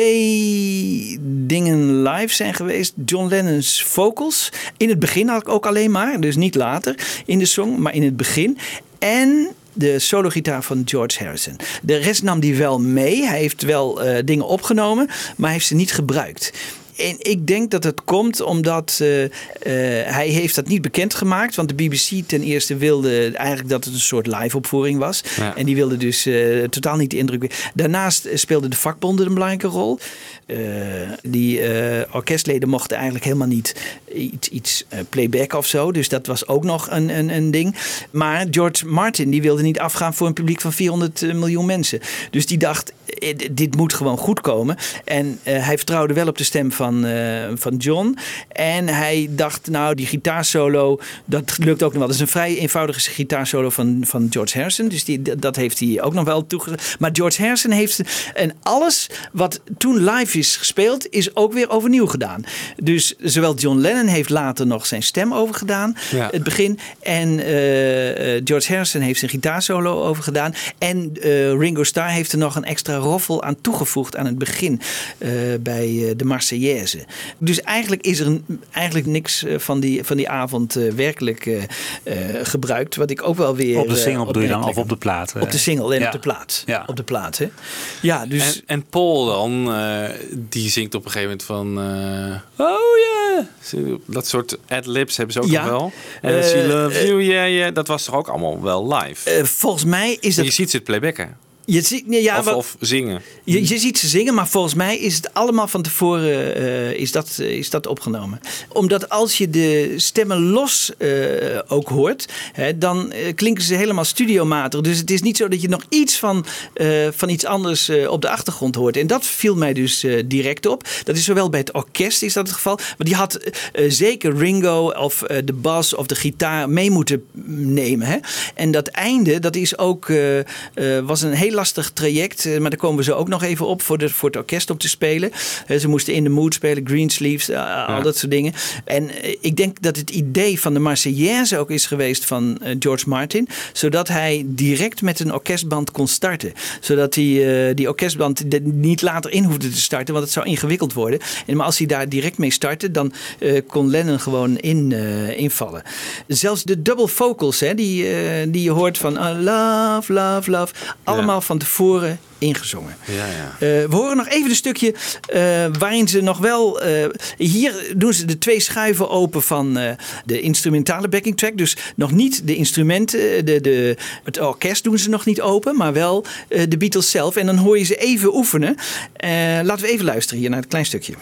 H: twee dingen live zijn geweest. John Lennon's vocals. In het begin had ik ook alleen maar, dus niet later in de song, maar in het begin. En de sologitaar van George Harrison. De rest nam hij wel mee. Hij heeft wel uh, dingen opgenomen, maar hij heeft ze niet gebruikt. En ik denk dat het komt omdat uh, uh, hij heeft dat niet bekendgemaakt. Want de B B C ten eerste wilde eigenlijk dat het een soort live-opvoering was. Ja. En die wilde dus uh, totaal niet de indruk. Daarnaast speelden de vakbonden een belangrijke rol. Uh, die uh, orkestleden mochten eigenlijk helemaal niet iets, iets uh, playback of zo. Dus dat was ook nog een, een, een ding. Maar George Martin die wilde niet afgaan voor een publiek van vierhonderd miljoen mensen. Dus die dacht, dit moet gewoon goed komen. En uh, hij vertrouwde wel op de stem van, uh, van John. En hij dacht, nou, die gitaarsolo, dat lukt ook nog wel. Dat is een vrij eenvoudige gitaarsolo van, van George Harrison. Dus die, dat heeft hij ook nog wel toegezegd. Maar George Harrison heeft... En alles wat toen live is gespeeld, is ook weer overnieuw gedaan. Dus zowel John Lennon heeft later nog zijn stem overgedaan. Ja. Het begin. En uh, George Harrison heeft zijn gitaarsolo overgedaan. En uh, Ringo Starr heeft er nog een extra roffel aan toegevoegd aan het begin uh, bij uh, de Marseillaise. Dus eigenlijk is er een, eigenlijk niks uh, van, die, van die avond uh, werkelijk uh, uh, gebruikt. Wat ik ook wel weer...
I: Op de single bedoel je dan? Of op de plaat? Uh,
H: op de single en
I: ja.
H: op de plaat.
I: Ja.
H: Op de plaat, hè? Ja, dus...
J: En, en Paul dan, uh, die zingt op een gegeven moment van... Uh, oh yeah! Dat soort ad-libs hebben ze ook ja. nog wel. En uh, She Loves uh, You, yeah, yeah. Dat was toch ook allemaal wel live?
H: Uh, volgens mij is dat...
J: Je ziet ze het playbacken.
H: Je ziet, ja,
J: of,
H: wat,
J: of zingen.
H: Je, je ziet ze zingen, maar volgens mij is het allemaal van tevoren uh, is dat, uh, is dat opgenomen. Omdat als je de stemmen los uh, ook hoort, hè, dan uh, klinken ze helemaal studiomatig. Dus het is niet zo dat je nog iets van, uh, van iets anders uh, op de achtergrond hoort. En dat viel mij dus uh, direct op. Dat is zowel bij het orkest is dat het geval. Maar die had uh, zeker Ringo of uh, de bas of de gitaar mee moeten nemen. Hè. En dat einde, dat is ook uh, uh, was een hele lastig traject, maar daar komen we zo ook nog even op voor, de, voor het orkest om te spelen. Ze moesten In the Mood spelen, Greensleeves, uh, ja. al dat soort dingen. En uh, ik denk dat het idee van de Marseillaise ook is geweest van uh, George Martin, zodat hij direct met een orkestband kon starten. Zodat hij uh, die orkestband niet later in hoefde te starten, want het zou ingewikkeld worden. En, maar als hij daar direct mee startte, dan uh, kon Lennon gewoon in, uh, invallen. Zelfs de double vocals, hè, die, uh, die je hoort van uh, love, love, love, allemaal ja. van tevoren ingezongen.
J: Ja, ja.
H: Uh, we horen nog even een stukje uh, waarin ze nog wel... Uh, hier doen ze de twee schuiven open van uh, de instrumentale backing track. Dus nog niet de instrumenten, de, de, het orkest doen ze nog niet open, maar wel uh, de Beatles zelf. En dan hoor je ze even oefenen. Uh, laten we even luisteren hier naar het klein stukje.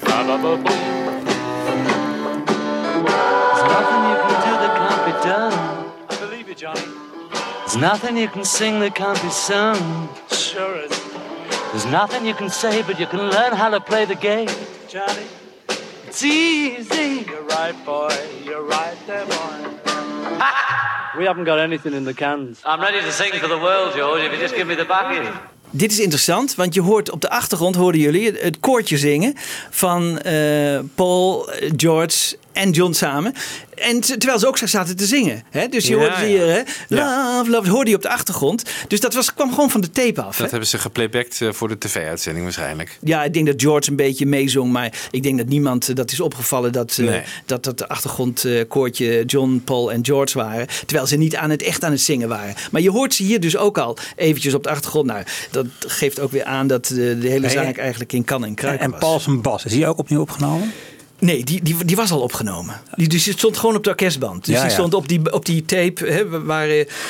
G: There's nothing you can sing that can't be sung. Sure is. There's nothing you can say, but you can learn how to play the game. Johnny, it's easy. You're right, boy. You're right there, boy. We haven't got anything in the cans. I'm ready to sing for the world, George, if you just give me the backing.
H: Dit is interessant, want je hoort op de achtergrond, hoorden jullie het koortje zingen van uh, Paul, George en John samen. En terwijl ze ook zaten te zingen. Hè? Dus je ja, hoorde hier, hè? Love, love, hoorde je op de achtergrond. Dus dat was, kwam gewoon van de tape af.
J: Dat
H: hè?
J: hebben ze geplaybacked voor de tv-uitzending waarschijnlijk.
H: Ja, ik denk dat George een beetje meezong. Maar ik denk dat niemand dat is opgevallen dat nee. uh, dat, dat de achtergrondkoortje John, Paul en George waren. Terwijl ze niet aan het, echt aan het zingen waren. Maar je hoort ze hier dus ook al eventjes op de achtergrond. Nou, dat geeft ook weer aan dat de, de hele zaak hey, eigenlijk in kan en kruiken was.
I: En Paul zijn bas, is die ook opnieuw opgenomen?
H: Nee, die, die, die was al opgenomen. Die, dus die stond gewoon op de orkestband. Dus ja, die stond ja. op die, op die tape hè, waar...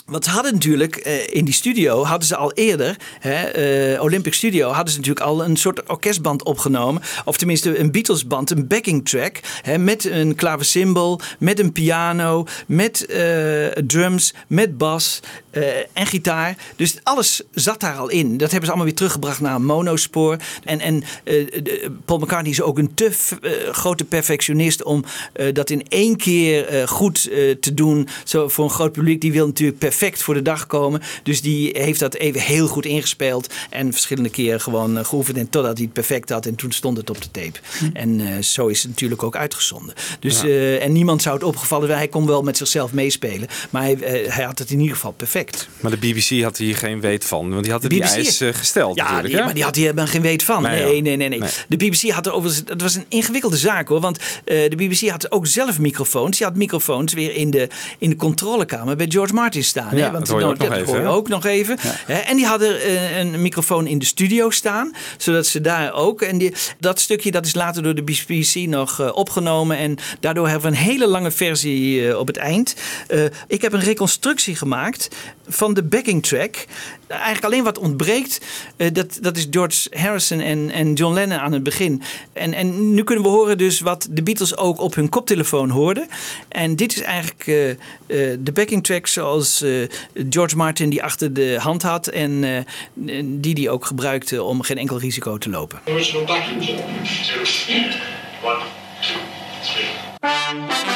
H: Want ze hadden natuurlijk uh, in die studio, hadden ze al eerder, hè, uh, Olympic Studio, hadden ze natuurlijk al een soort orkestband opgenomen. Of tenminste een Beatles-band, een backing track. Hè, met een klaversymbol, met een piano, met uh, drums, met bas uh, en gitaar. Dus alles zat daar al in. Dat hebben ze allemaal weer teruggebracht naar een monospoor. En, en uh, Paul McCartney is ook een te uh, grote perfectionist om uh, dat in één keer uh, goed uh, te doen. Zo, voor een groot publiek, die wil natuurlijk perfect voor de dag komen. Dus die heeft dat even heel goed ingespeeld. En verschillende keren gewoon uh, geoefend. En totdat hij het perfect had. En toen stond het op de tape. Hm. En uh, zo is het natuurlijk ook uitgezonden. Dus, ja. uh, en niemand zou het opgevallen zijn. Hij kon wel met zichzelf meespelen. Maar hij, uh, hij had het in ieder geval perfect.
J: Maar de B B C had hier geen weet van. Want die had het die eis uh, gesteld
H: ja,
J: natuurlijk.
H: Die,
J: hè?
H: maar die had hier geen weet van. Nee, nee, nee. nee, nee. nee. De B B C had er overigens... Het was een ingewikkelde zaak hoor. Want uh, de B B C had ook zelf microfoons. Die had microfoons weer in de, in de controlekamer bij George Martin staan.
J: Ja,
H: hè? Want
J: dat hoor je ook,
H: dat
J: nog,
H: hoor
J: even,
H: je ook nog even. Ja. En die hadden uh, een microfoon in de studio staan. Zodat ze daar ook... En die, dat stukje dat is later door de B B C nog uh, opgenomen. En daardoor hebben we een hele lange versie uh, op het eind. Uh, ik heb een reconstructie gemaakt van de backing track. Eigenlijk alleen wat ontbreekt, uh, dat, dat is George Harrison en, en John Lennon aan het begin. En, en nu kunnen we horen dus wat de Beatles ook op hun koptelefoon hoorden. En dit is eigenlijk uh, uh, de backing track zoals uh, George Martin die achter de hand had. En uh, die die ook gebruikte om geen enkel risico te lopen.
D: Original backing track. Two, one, two, three.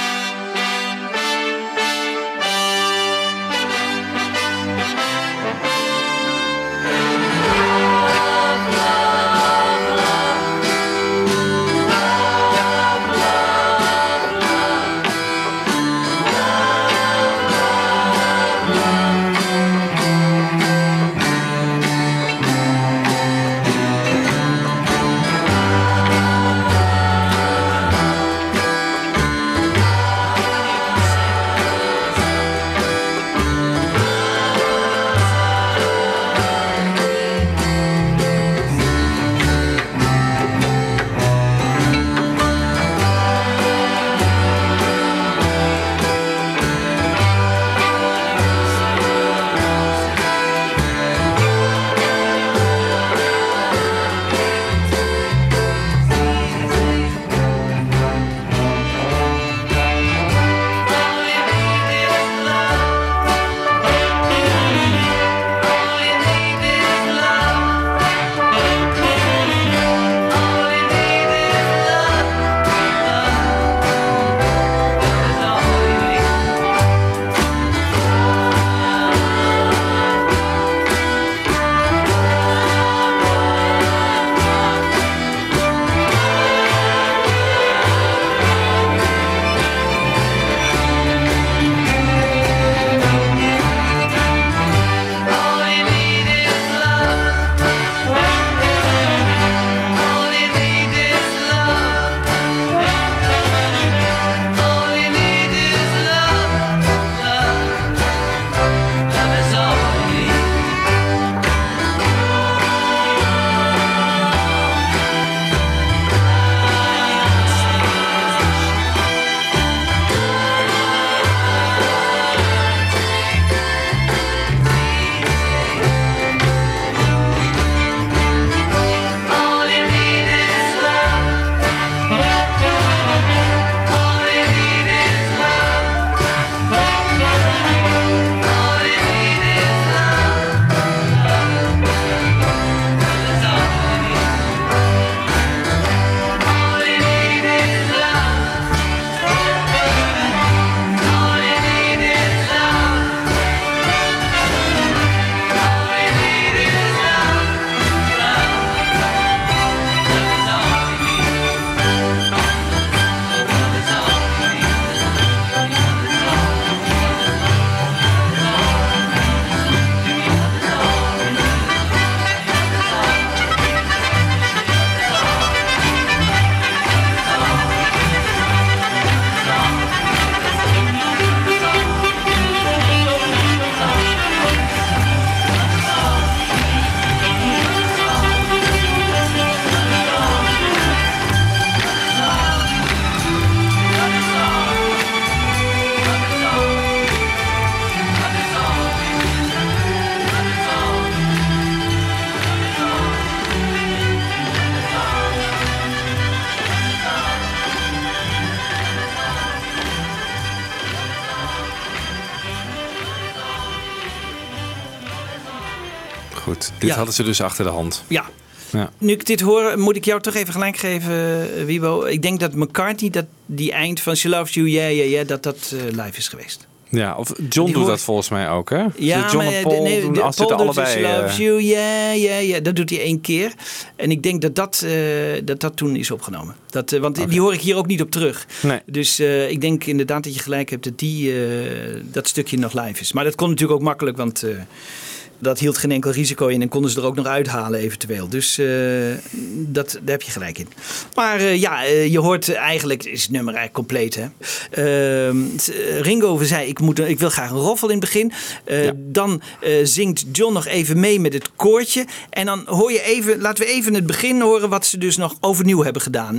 J: goed. Dit
H: Ja.
J: hadden ze dus achter de hand.
H: Ja.
J: Ja.
H: Nu ik dit hoor, moet ik jou toch even gelijk geven, uh, Wiebo. Ik denk dat McCartney, dat die eind van She Loves You, yeah, yeah, yeah, dat dat uh, live is geweest.
J: Ja, of John
H: Die
J: doet
H: hoor-
J: dat volgens mij ook, hè?
H: Ja,
J: John
H: maar
J: en Paul
H: nee,
J: doen
H: de,
J: als
H: Paul
J: dit
H: doet
J: allebei...
H: She Loves
J: uh,
H: You, yeah, yeah, yeah. Dat doet hij één keer. En ik denk dat dat, uh, dat, dat toen is opgenomen. Dat, uh, want
J: Okay.
H: die hoor ik hier ook niet op terug.
J: Nee.
H: Dus uh, ik denk inderdaad dat je gelijk hebt dat die, uh, dat stukje nog live is. Maar dat kon natuurlijk ook makkelijk, want... Uh, dat hield geen enkel risico in en konden ze er ook nog uithalen eventueel. Dus uh, dat, daar heb je gelijk in. Maar uh, ja, uh, je hoort eigenlijk, is het nummer eigenlijk compleet. Hè? Uh, Ringo zei, ik, moet, ik wil graag een roffel in het begin. Uh, ja. Dan uh, zingt John nog even mee met het koortje. En dan hoor je even, laten we even het begin horen wat ze dus nog overnieuw hebben gedaan.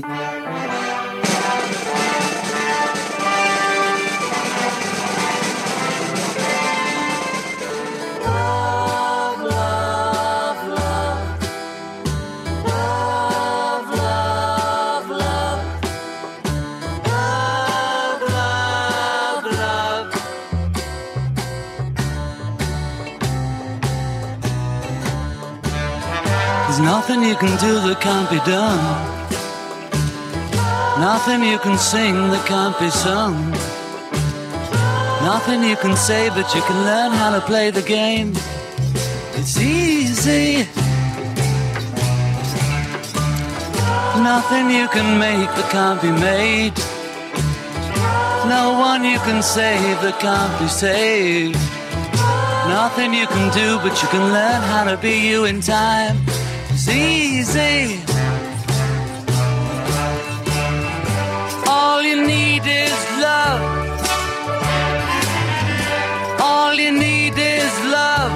M: There's nothing you can do that can't be done. Nothing you can sing that can't be sung. Nothing you can say, but you can learn how to play the game. It's easy. Nothing you can make that can't be made. No one you can save that can't be saved. Nothing you can do, but you can learn how to be you in time. It's easy. All you need is love. All you need is love.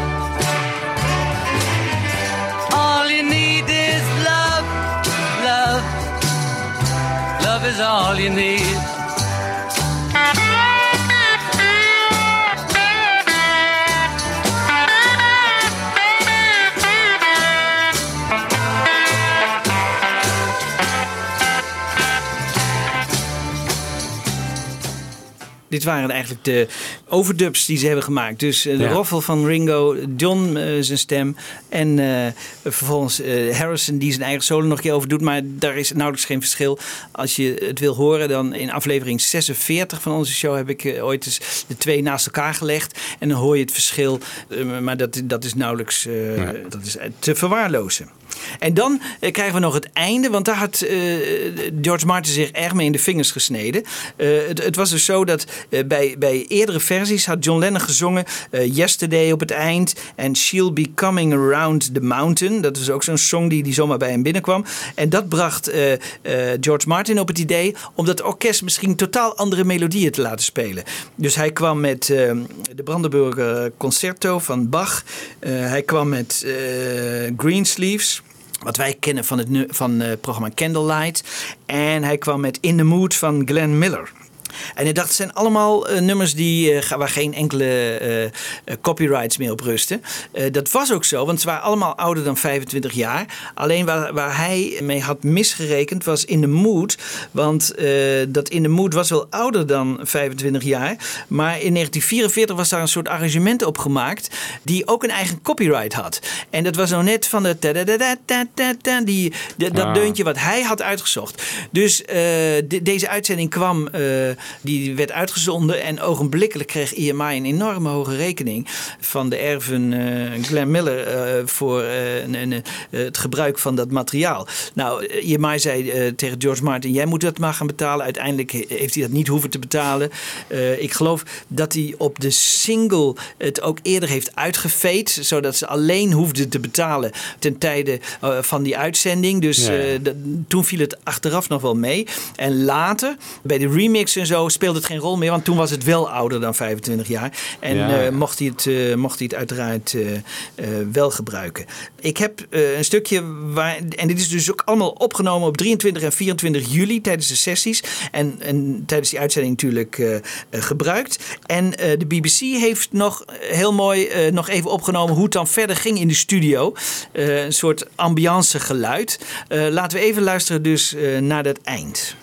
M: All you need is love. Love. Love is all you need.
H: Dit waren eigenlijk de overdubs die ze hebben gemaakt. Dus uh, de ja. roffel van Ringo, John uh, zijn stem en uh, vervolgens uh, Harrison die zijn eigen solo nog een keer overdoet. Maar daar is nauwelijks geen verschil. Als je het wil horen, dan in aflevering zesenveertig van onze show heb ik uh, ooit eens de twee naast elkaar gelegd. En dan hoor je het verschil. Uh, maar dat, dat is nauwelijks uh, ja. dat is te verwaarlozen. En dan uh, krijgen we nog het einde, want daar had uh, George Martin zich erg mee in de vingers gesneden. Uh, het, het was dus zo dat uh, bij, bij eerdere versies had John Lennon gezongen uh, Yesterday op het eind en She'll Be Coming Around the Mountain. Dat is ook zo'n song die, die zomaar bij hem binnenkwam. En dat bracht uh, uh, George Martin op het idee om dat orkest misschien totaal andere melodieën te laten spelen. Dus hij kwam met uh, de Brandenburger Concerto van Bach. Uh, hij kwam met uh, Greensleeves. Wat wij kennen van het van, uh, programma Candlelight. En hij kwam met In the Mood van Glenn Miller. En hij dacht, het zijn allemaal uh, nummers die, uh, waar geen enkele uh, uh, copyrights meer op rusten. Uh, dat was ook zo, want ze waren allemaal ouder dan vijfentwintig jaar. Alleen waar, waar hij mee had misgerekend was In the Mood. Want uh, dat In the Mood was wel ouder dan vijfentwintig jaar. Maar in negentien vierenveertig was daar een soort arrangement op gemaakt die ook een eigen copyright had. En dat was nou net van de ta-da-da-da-da-da-da, die, de, dat ah. deuntje wat hij had uitgezocht. Dus uh, de, deze uitzending kwam... Uh, Die werd uitgezonden en ogenblikkelijk kreeg E M I een enorme hoge rekening van de erven uh, Glenn Miller uh, voor uh, een, een, uh, het gebruik van dat materiaal. Nou, E M I zei uh, tegen George Martin, jij moet dat maar gaan betalen. Uiteindelijk heeft hij dat niet hoeven te betalen. Uh, ik geloof dat hij op de single het ook eerder heeft uitgefeed, zodat ze alleen hoefden te betalen ten tijde uh, van die uitzending. Dus ja, ja. Uh, d- toen viel het achteraf nog wel mee. En later, bij de remix en zo, speelde het geen rol meer, want toen was het wel ouder dan vijfentwintig jaar. En ja, ja. Uh, mocht, hij het, uh, mocht hij het uiteraard uh, uh, wel gebruiken. Ik heb uh, een stukje waar, en dit is dus ook allemaal opgenomen op drieëntwintig en vierentwintig juli tijdens de sessies. En, en tijdens die uitzending natuurlijk uh, uh, gebruikt. En uh, de B B C heeft nog heel mooi uh, nog even opgenomen hoe het dan verder ging in de studio. Uh, een soort ambiance geluid. Uh, laten we even luisteren dus uh, naar dat eind.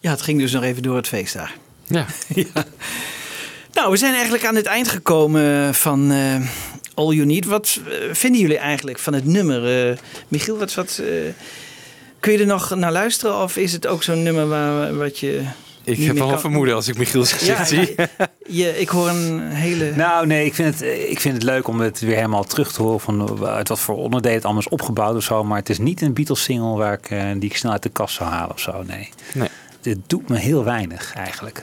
H: Ja, het ging dus nog even door het feest daar.
J: Ja.
H: ja. Nou, we zijn eigenlijk aan het eind gekomen van uh, All You Need. Wat uh, vinden jullie eigenlijk van het nummer? Uh, Michiel, wat, wat, uh, kun je er nog naar luisteren? Of is het ook zo'n nummer waar wat je...
J: Ik heb wel een vermoeden als ik Michiel's gezicht
H: ja,
J: zie.
H: Ja, je, ik hoor een hele...
I: Nou nee, ik vind, het, ik vind het leuk om het weer helemaal terug te horen van uit wat voor onderdelen het allemaal is opgebouwd of zo. Maar het is niet een Beatles single waar ik, uh, die ik snel uit de kast zou halen of zo. Nee.
J: nee.
I: Dit doet me heel weinig eigenlijk.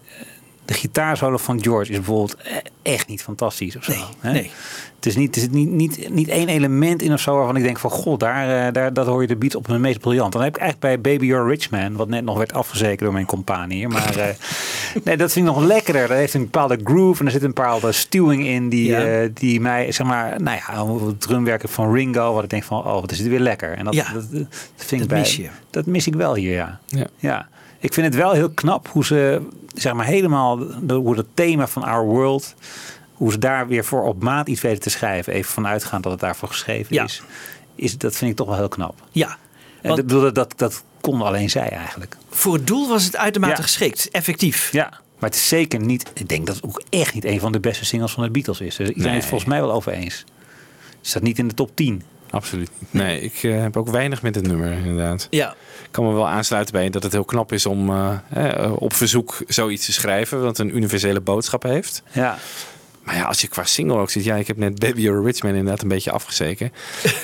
I: De gitaarsolo van George is bijvoorbeeld echt niet fantastisch of zo.
H: Nee,
I: hè?
H: nee.
I: Het is niet, er zit niet, niet, niet één element in of zo waarvan ik denk van god, daar, daar dat hoor je de beat op een meest briljant. Dan heb ik eigenlijk bij Baby You're a Rich Man, wat net nog werd afgezekerd door mijn compaan hier. Maar uh, nee, dat vind ik nog lekkerder. Dat heeft een bepaalde groove en er zit een bepaalde stuwing in die, ja. uh, die mij, zeg maar, nou ja, het drumwerken van Ringo, wat ik denk van, oh, wat is dit weer lekker. En dat,
H: ja,
I: dat, dat, vind
H: dat
I: ik
H: mis
I: bij,
H: je.
I: Dat mis ik wel hier, ja.
J: ja.
I: ja. Ik vind het wel heel knap hoe ze, zeg maar, helemaal, de, hoe het thema van Our World, hoe ze daar weer voor op maat iets weten te schrijven, even vanuitgaan dat het daarvoor geschreven
H: ja.
I: is, is, dat vind ik toch wel heel knap.
H: Ja.
I: Want, en dat, dat, dat kon alleen zij eigenlijk.
H: Voor het doel was het uitermate ja. geschikt, effectief.
I: Ja, maar het is zeker niet, ik denk dat het ook echt niet een van de beste singles van de Beatles is. Dus iedereen nee. is het volgens mij wel over eens. Het staat niet in de top tien.
J: Absoluut niet. Nee, ik uh, heb ook weinig met het nummer, inderdaad.
H: Ja.
J: Ik kan me wel aansluiten bij dat het heel knap is om uh, eh, op verzoek zoiets te schrijven, wat een universele boodschap heeft.
I: Ja.
J: Maar ja, als je qua single ook ziet, ja, ik heb net Baby You're a Rich Man inderdaad een beetje afgezeken.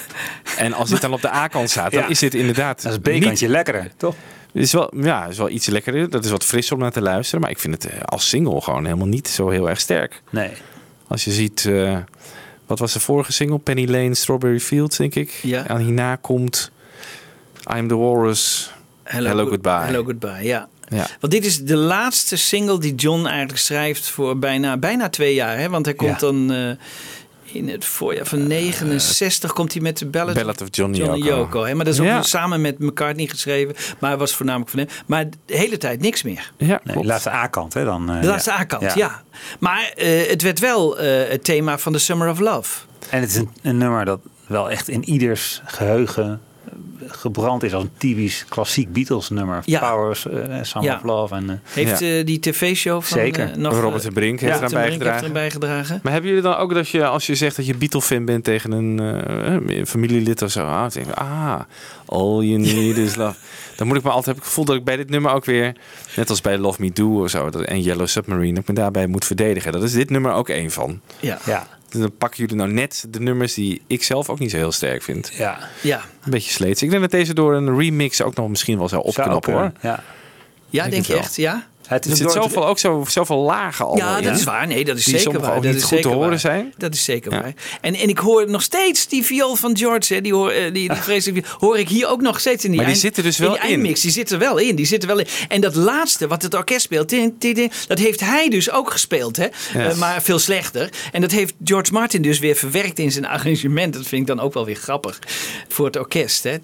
J: En als dit dan op de A-kant staat, dan ja. is dit inderdaad.
I: Dat is B-kantje niet lekkerder, toch?
J: Het is wel, ja, het is wel iets lekkerder. Dat is wat frisser om naar te luisteren. Maar ik vind het uh, als single gewoon helemaal niet zo heel erg sterk.
I: Nee.
J: Als je ziet, uh, wat was de vorige single? Penny Lane, Strawberry Fields, denk ik.
H: Ja.
J: En hierna komt I'm the Walrus, Hello, Hello Goodbye.
H: Hello Goodbye, ja.
J: Ja.
H: Want dit is de laatste single die John eigenlijk schrijft voor bijna, bijna twee jaar. Hè? Want hij komt ja. dan uh, in het voorjaar van negenenzestig uh, komt hij met de Ballad,
J: Ballad of Johnny,
H: Johnny
J: Yoko.
H: Yoko hè? Maar dat is ook
J: ja.
H: samen met McCartney geschreven. Maar hij was voornamelijk van hem. Maar de hele tijd niks meer.
J: Ja,
I: nee, de laatste A-kant, hè? Dan, uh,
H: de laatste ja. A-kant, ja. ja. Maar uh, het werd wel uh, het thema van The Summer of Love.
I: En het is een, een nummer dat wel echt in ieders geheugen gebrand is als een typisch klassiek Beatles nummer.
H: Ja.
I: Powers, uh, Summer
H: ja.
I: of Love. En, uh,
H: heeft uh, die tv-show van
I: Zeker.
H: Uh, nog,
J: Robert de Brink heeft,
H: ja,
J: eraan bijgedragen.
H: heeft eraan bijgedragen.
J: Maar hebben jullie dan ook dat je, als je zegt dat je Beatle-fan bent tegen een uh, familielid of zo, ah, dan denk je, ah, all you need is love. Dan moet ik me altijd, heb ik het gevoel dat ik bij dit nummer ook weer, net als bij Love Me Do of zo, en Yellow Submarine, dat ik me daarbij moet verdedigen. Dat is dit nummer ook één van.
H: Ja.
I: ja.
J: Dan pakken jullie nou net de nummers die ik zelf ook niet zo heel sterk vind.
I: Ja.
H: ja.
J: Een beetje sleets. Ik denk dat deze door een remix ook nog misschien wel zou opknappen, hoor.
I: Ja,
H: ja denk, denk je echt? Ja?
J: Het is er zit zoveel, ook zo, zoveel lagen al.
H: Ja, dat
J: in.
H: is waar. Nee, dat is
J: die
H: zeker waar.
J: ook
H: dat
J: niet
H: is
J: goed te horen
H: waar.
J: zijn.
H: Dat is zeker
J: ja.
H: waar. En, en ik hoor nog steeds die viool van George, hè, die, hoor, die, die vreselijke hoor ik hier ook nog steeds in die,
J: maar die
H: eind,
J: zitten dus wel
H: in die eindmix. Die zitten wel in. Die zitten wel in. En dat laatste wat het orkest speelt, dat heeft hij dus ook gespeeld, hè? Ja. Uh, maar veel slechter. En dat heeft George Martin dus weer verwerkt in zijn arrangement. Dat vind ik dan ook wel weer grappig voor het orkest, hè?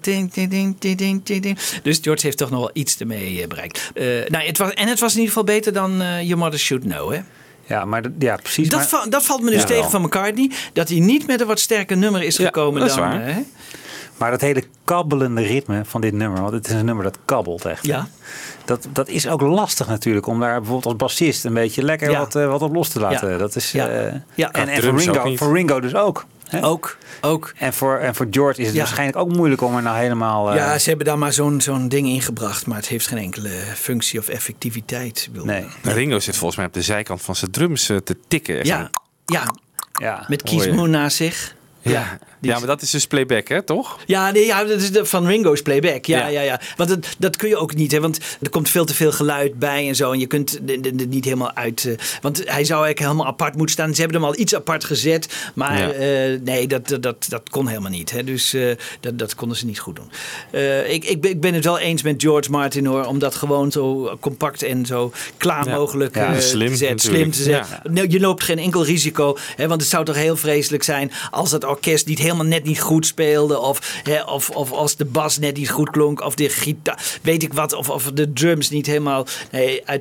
H: Dus George heeft toch nog wel iets ermee bereikt. Uh, nou, het was, en het was in ieder geval beter dan Uh, Your Mother Should Know, hè?
I: Ja, maar ja, precies.
H: Dat,
I: maar...
H: va- dat valt me dus ja, tegen wel. van McCartney. Dat hij niet met een wat sterker nummer is
J: ja,
H: gekomen
J: dat is
H: dan.
J: Waar.
H: Hè?
I: Maar dat hele kabbelende ritme van dit nummer, want het is een nummer dat kabbelt echt.
H: Ja.
I: Dat, dat is ook lastig natuurlijk, om daar bijvoorbeeld als bassist een beetje lekker ja. wat, uh, wat op los te laten. Ja. Dat is, uh,
H: ja. Ja.
I: En, en voor, Ringo, voor Ringo dus ook. Hè?
H: Ook, ook.
I: En voor, en voor George is het ja. waarschijnlijk ook moeilijk om er nou helemaal... Uh...
H: Ja, ze hebben daar maar zo'n, zo'n ding ingebracht, maar het heeft geen enkele functie of effectiviteit.
I: Nee.
J: Ringo zit volgens mij op de zijkant van zijn drums te tikken.
H: Ja, ja.
I: ja.
H: Met Keith Moon naast zich.
J: Ja, ja, ja, maar dat is dus playback, hè, toch?
H: Ja, nee, ja, dat is de, van Ringo's playback. Ja, ja,
J: ja.
H: ja, ja. Want het, dat kun je ook niet, hè, want er komt veel te veel geluid bij en zo. En je kunt het niet helemaal uit. Uh, want hij zou eigenlijk helemaal apart moeten staan. Ze hebben hem al iets apart gezet. Maar ja. uh, nee, dat, dat, dat, dat kon helemaal niet. Hè. Dus uh, dat, dat konden ze niet goed doen. Uh, ik, ik, ik ben het wel eens met George Martin, hoor. Om dat gewoon zo compact en zo klaar
J: ja.
H: mogelijk
J: ja,
H: uh,
J: slim,
H: te zetten. Slim te zetten. Ja. Je loopt geen enkel risico. Hè, want het zou toch heel vreselijk zijn als het orkest niet helemaal net niet goed speelde, of, hè, of, of als de bas net niet goed klonk, of de gitaar, weet ik wat, of, of de drums niet helemaal nee, uit de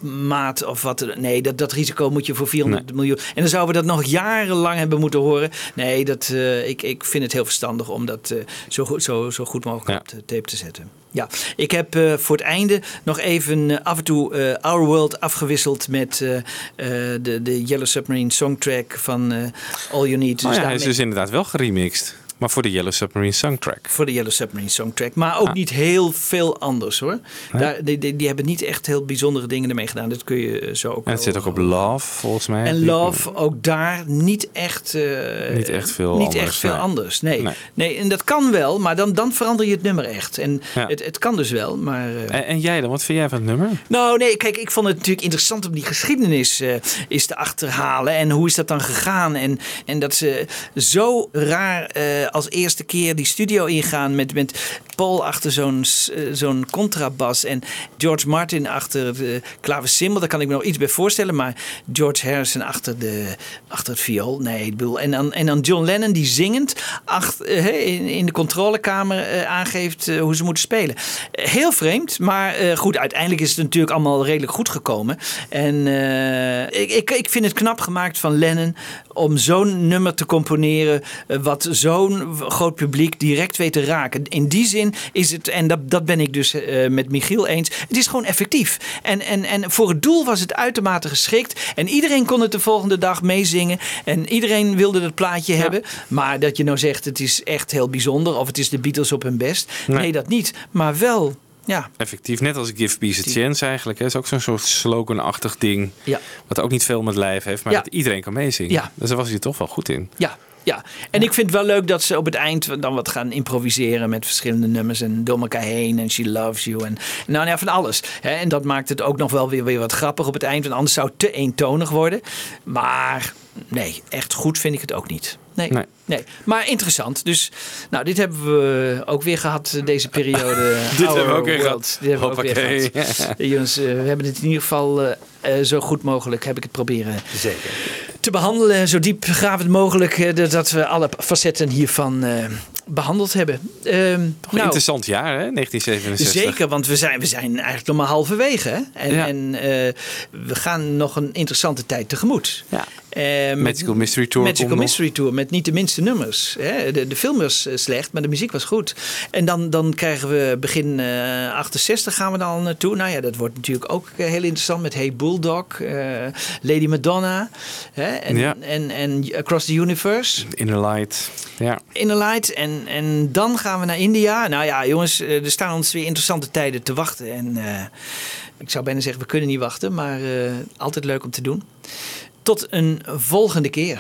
H: maat of wat. Nee, dat, dat risico moet je voor vierhonderd nee. miljoen. En dan zouden we dat nog jarenlang hebben moeten horen. Nee, dat, uh, ik, ik vind het heel verstandig om dat uh, zo, goed, zo, zo goed mogelijk ja. op de tape te zetten. Ja, ik heb uh, voor het einde nog even uh, af en toe uh, Our World afgewisseld met uh, uh, de, de Yellow Submarine songtrack van uh, All You Need.
J: Dus oh ja, hij is dus inderdaad wel geremixed. Maar voor de Yellow Submarine Songtrack.
H: Voor de Yellow Submarine Songtrack. Maar ook ah. niet heel veel anders hoor. Huh? Daar, die, die, die hebben niet echt heel bijzondere dingen ermee gedaan. Dat kun je zo ook.
J: En het zit ook op Love volgens mij.
H: En Love ook daar niet echt. Uh,
J: niet echt veel
H: niet
J: anders.
H: Echt veel
J: nee.
H: anders. Nee. Nee. nee, en dat kan wel. Maar dan, dan verander je het nummer echt. En ja. het, het kan dus wel. Maar, uh,
J: en, en jij dan? Wat vind jij van het nummer?
H: Nou nee, kijk, ik vond het natuurlijk interessant om die geschiedenis uh, eens te achterhalen. En hoe is dat dan gegaan? En, en dat ze zo raar uh, als eerste keer die studio ingaan met, met Paul achter zo'n, zo'n contrabas en George Martin achter de klavecimbal. Daar kan ik me nog iets bij voorstellen, maar George Harrison achter, de, achter het viool. Nee, ik bedoel, en dan, en dan John Lennon die zingend achter, in, in de controlekamer uh, aangeeft uh, hoe ze moeten spelen. Uh, heel vreemd, maar uh, goed, uiteindelijk is het natuurlijk allemaal redelijk goed gekomen. En uh, ik, ik, ik vind het knap gemaakt van Lennon om zo'n nummer te componeren uh, wat zo'n groot publiek direct weet te raken. In die zin is het, en dat, dat ben ik dus uh, met Michiel eens, het is gewoon effectief. En, en, en voor het doel was het uitermate geschikt. En iedereen kon het de volgende dag meezingen. En iedereen wilde het plaatje ja. hebben. Maar dat je nou zegt, het is echt heel bijzonder. Of het is de Beatles op hun best. Nee, nee dat niet. Maar wel... Ja.
J: Effectief, net als Give Peace a Chance eigenlijk. Het is ook zo'n soort slogan-achtig ding. Ja. Wat ook niet veel met lijf heeft, maar ja. dat iedereen kan meezingen. Ja. Dus daar was hij toch wel goed in.
H: Ja. Ja, en ja. ik vind het wel leuk dat ze op het eind dan wat gaan improviseren met verschillende nummers en door elkaar heen en She Loves You en nou ja, van alles. En dat maakt het ook nog wel weer, weer wat grappig op het eind, want anders zou het te eentonig worden. Maar nee, echt goed vind ik het ook niet. Nee, nee. nee. Maar interessant. Dus, nou, dit hebben we ook weer gehad, deze periode.
J: dit hebben we ook weer gehad.
H: Dit hebben we ook weer gehad. Ja. Jongens, uh, we hebben het in ieder geval uh, uh, zo goed mogelijk, heb ik het proberen
I: Zeker.
H: te behandelen. Zo diepgravend mogelijk, uh, dat we alle facetten hiervan uh, behandeld hebben. Uh,
J: Toch een nou, interessant jaar, hè? negentien zevenenzestig.
H: Zeker, want we zijn, we zijn eigenlijk nog maar halverwege. Hè? En, ja. en uh, we gaan nog een interessante tijd tegemoet.
J: Ja. Uh, Magical Mystery Tour.
H: Magical Mystery Tour met niet de minste nummers. Hè? De, de film was slecht, maar de muziek was goed. En dan, dan krijgen we begin uh, achtenzestig gaan we dan naartoe. Nou ja, dat wordt natuurlijk ook uh, heel interessant met Hey Bulldog, uh, Lady Madonna hè? En, ja. en, en Across the Universe.
J: Inner Light. Ja.
H: Inner Light. En, en dan gaan we naar India. Nou ja, jongens, er staan ons weer interessante tijden te wachten. En uh, ik zou bijna zeggen, we kunnen niet wachten, maar uh, altijd leuk om te doen. Tot een volgende keer.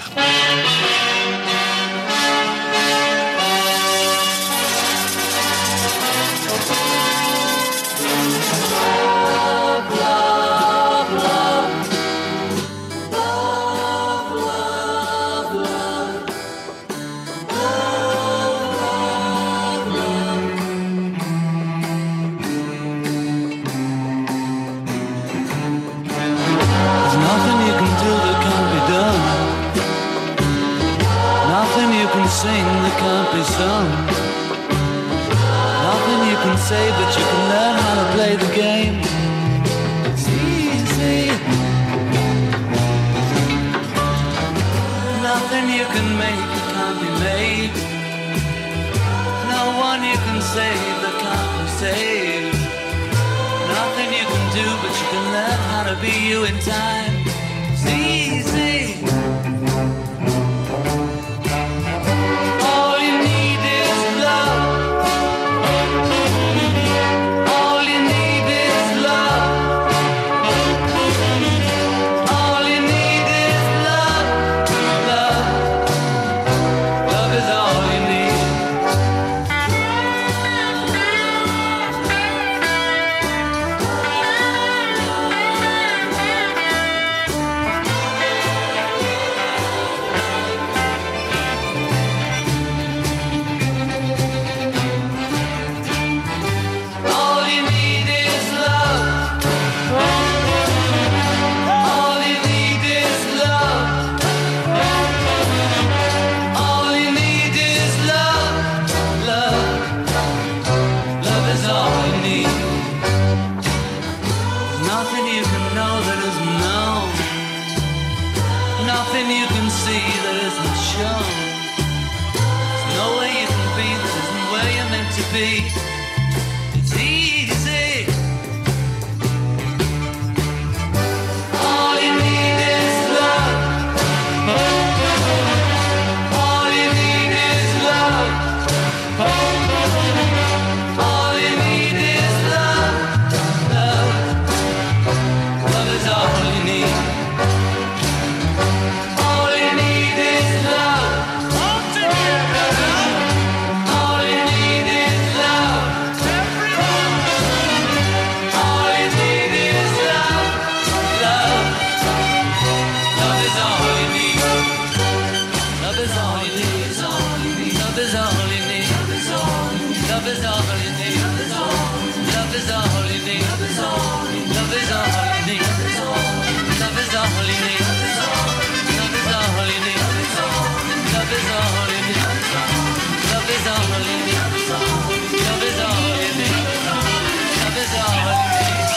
M: Sing that can't be sung. Nothing you can say, but you can learn how to play the game. It's easy. Nothing you can make that can't be made. No one you can save that can't be saved. Nothing you can do, but you can learn how to be you in time. It's easy.
G: nothing you can see that isn't shown. There's no way you can be that isn't where you're meant to be. It's easy. All you need is love. All you need is love. All you need is love. Love. Love is all you need. All you need is love. All together. All you need is love. Everyone. All you need is love. Love. Love is all you need. Love is all you need. Love is all you need. Love is all you need. Love is all you need. Love is all you need. Love is all you need. Love is all you need. Love is all you need. Love is all you need. Love is all you need. Love is all you need. Love is all you need. Love is all you need.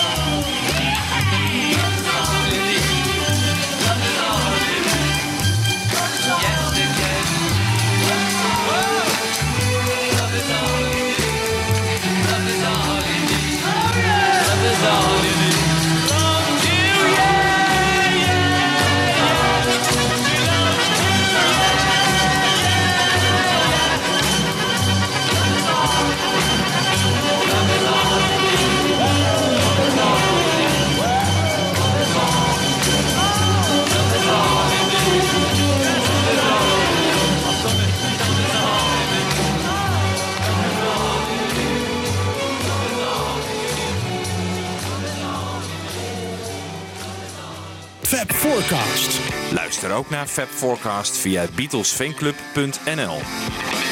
A: Fab Forecast.
J: Luister ook naar Fab Forecast via beatlesfanclub punt n l.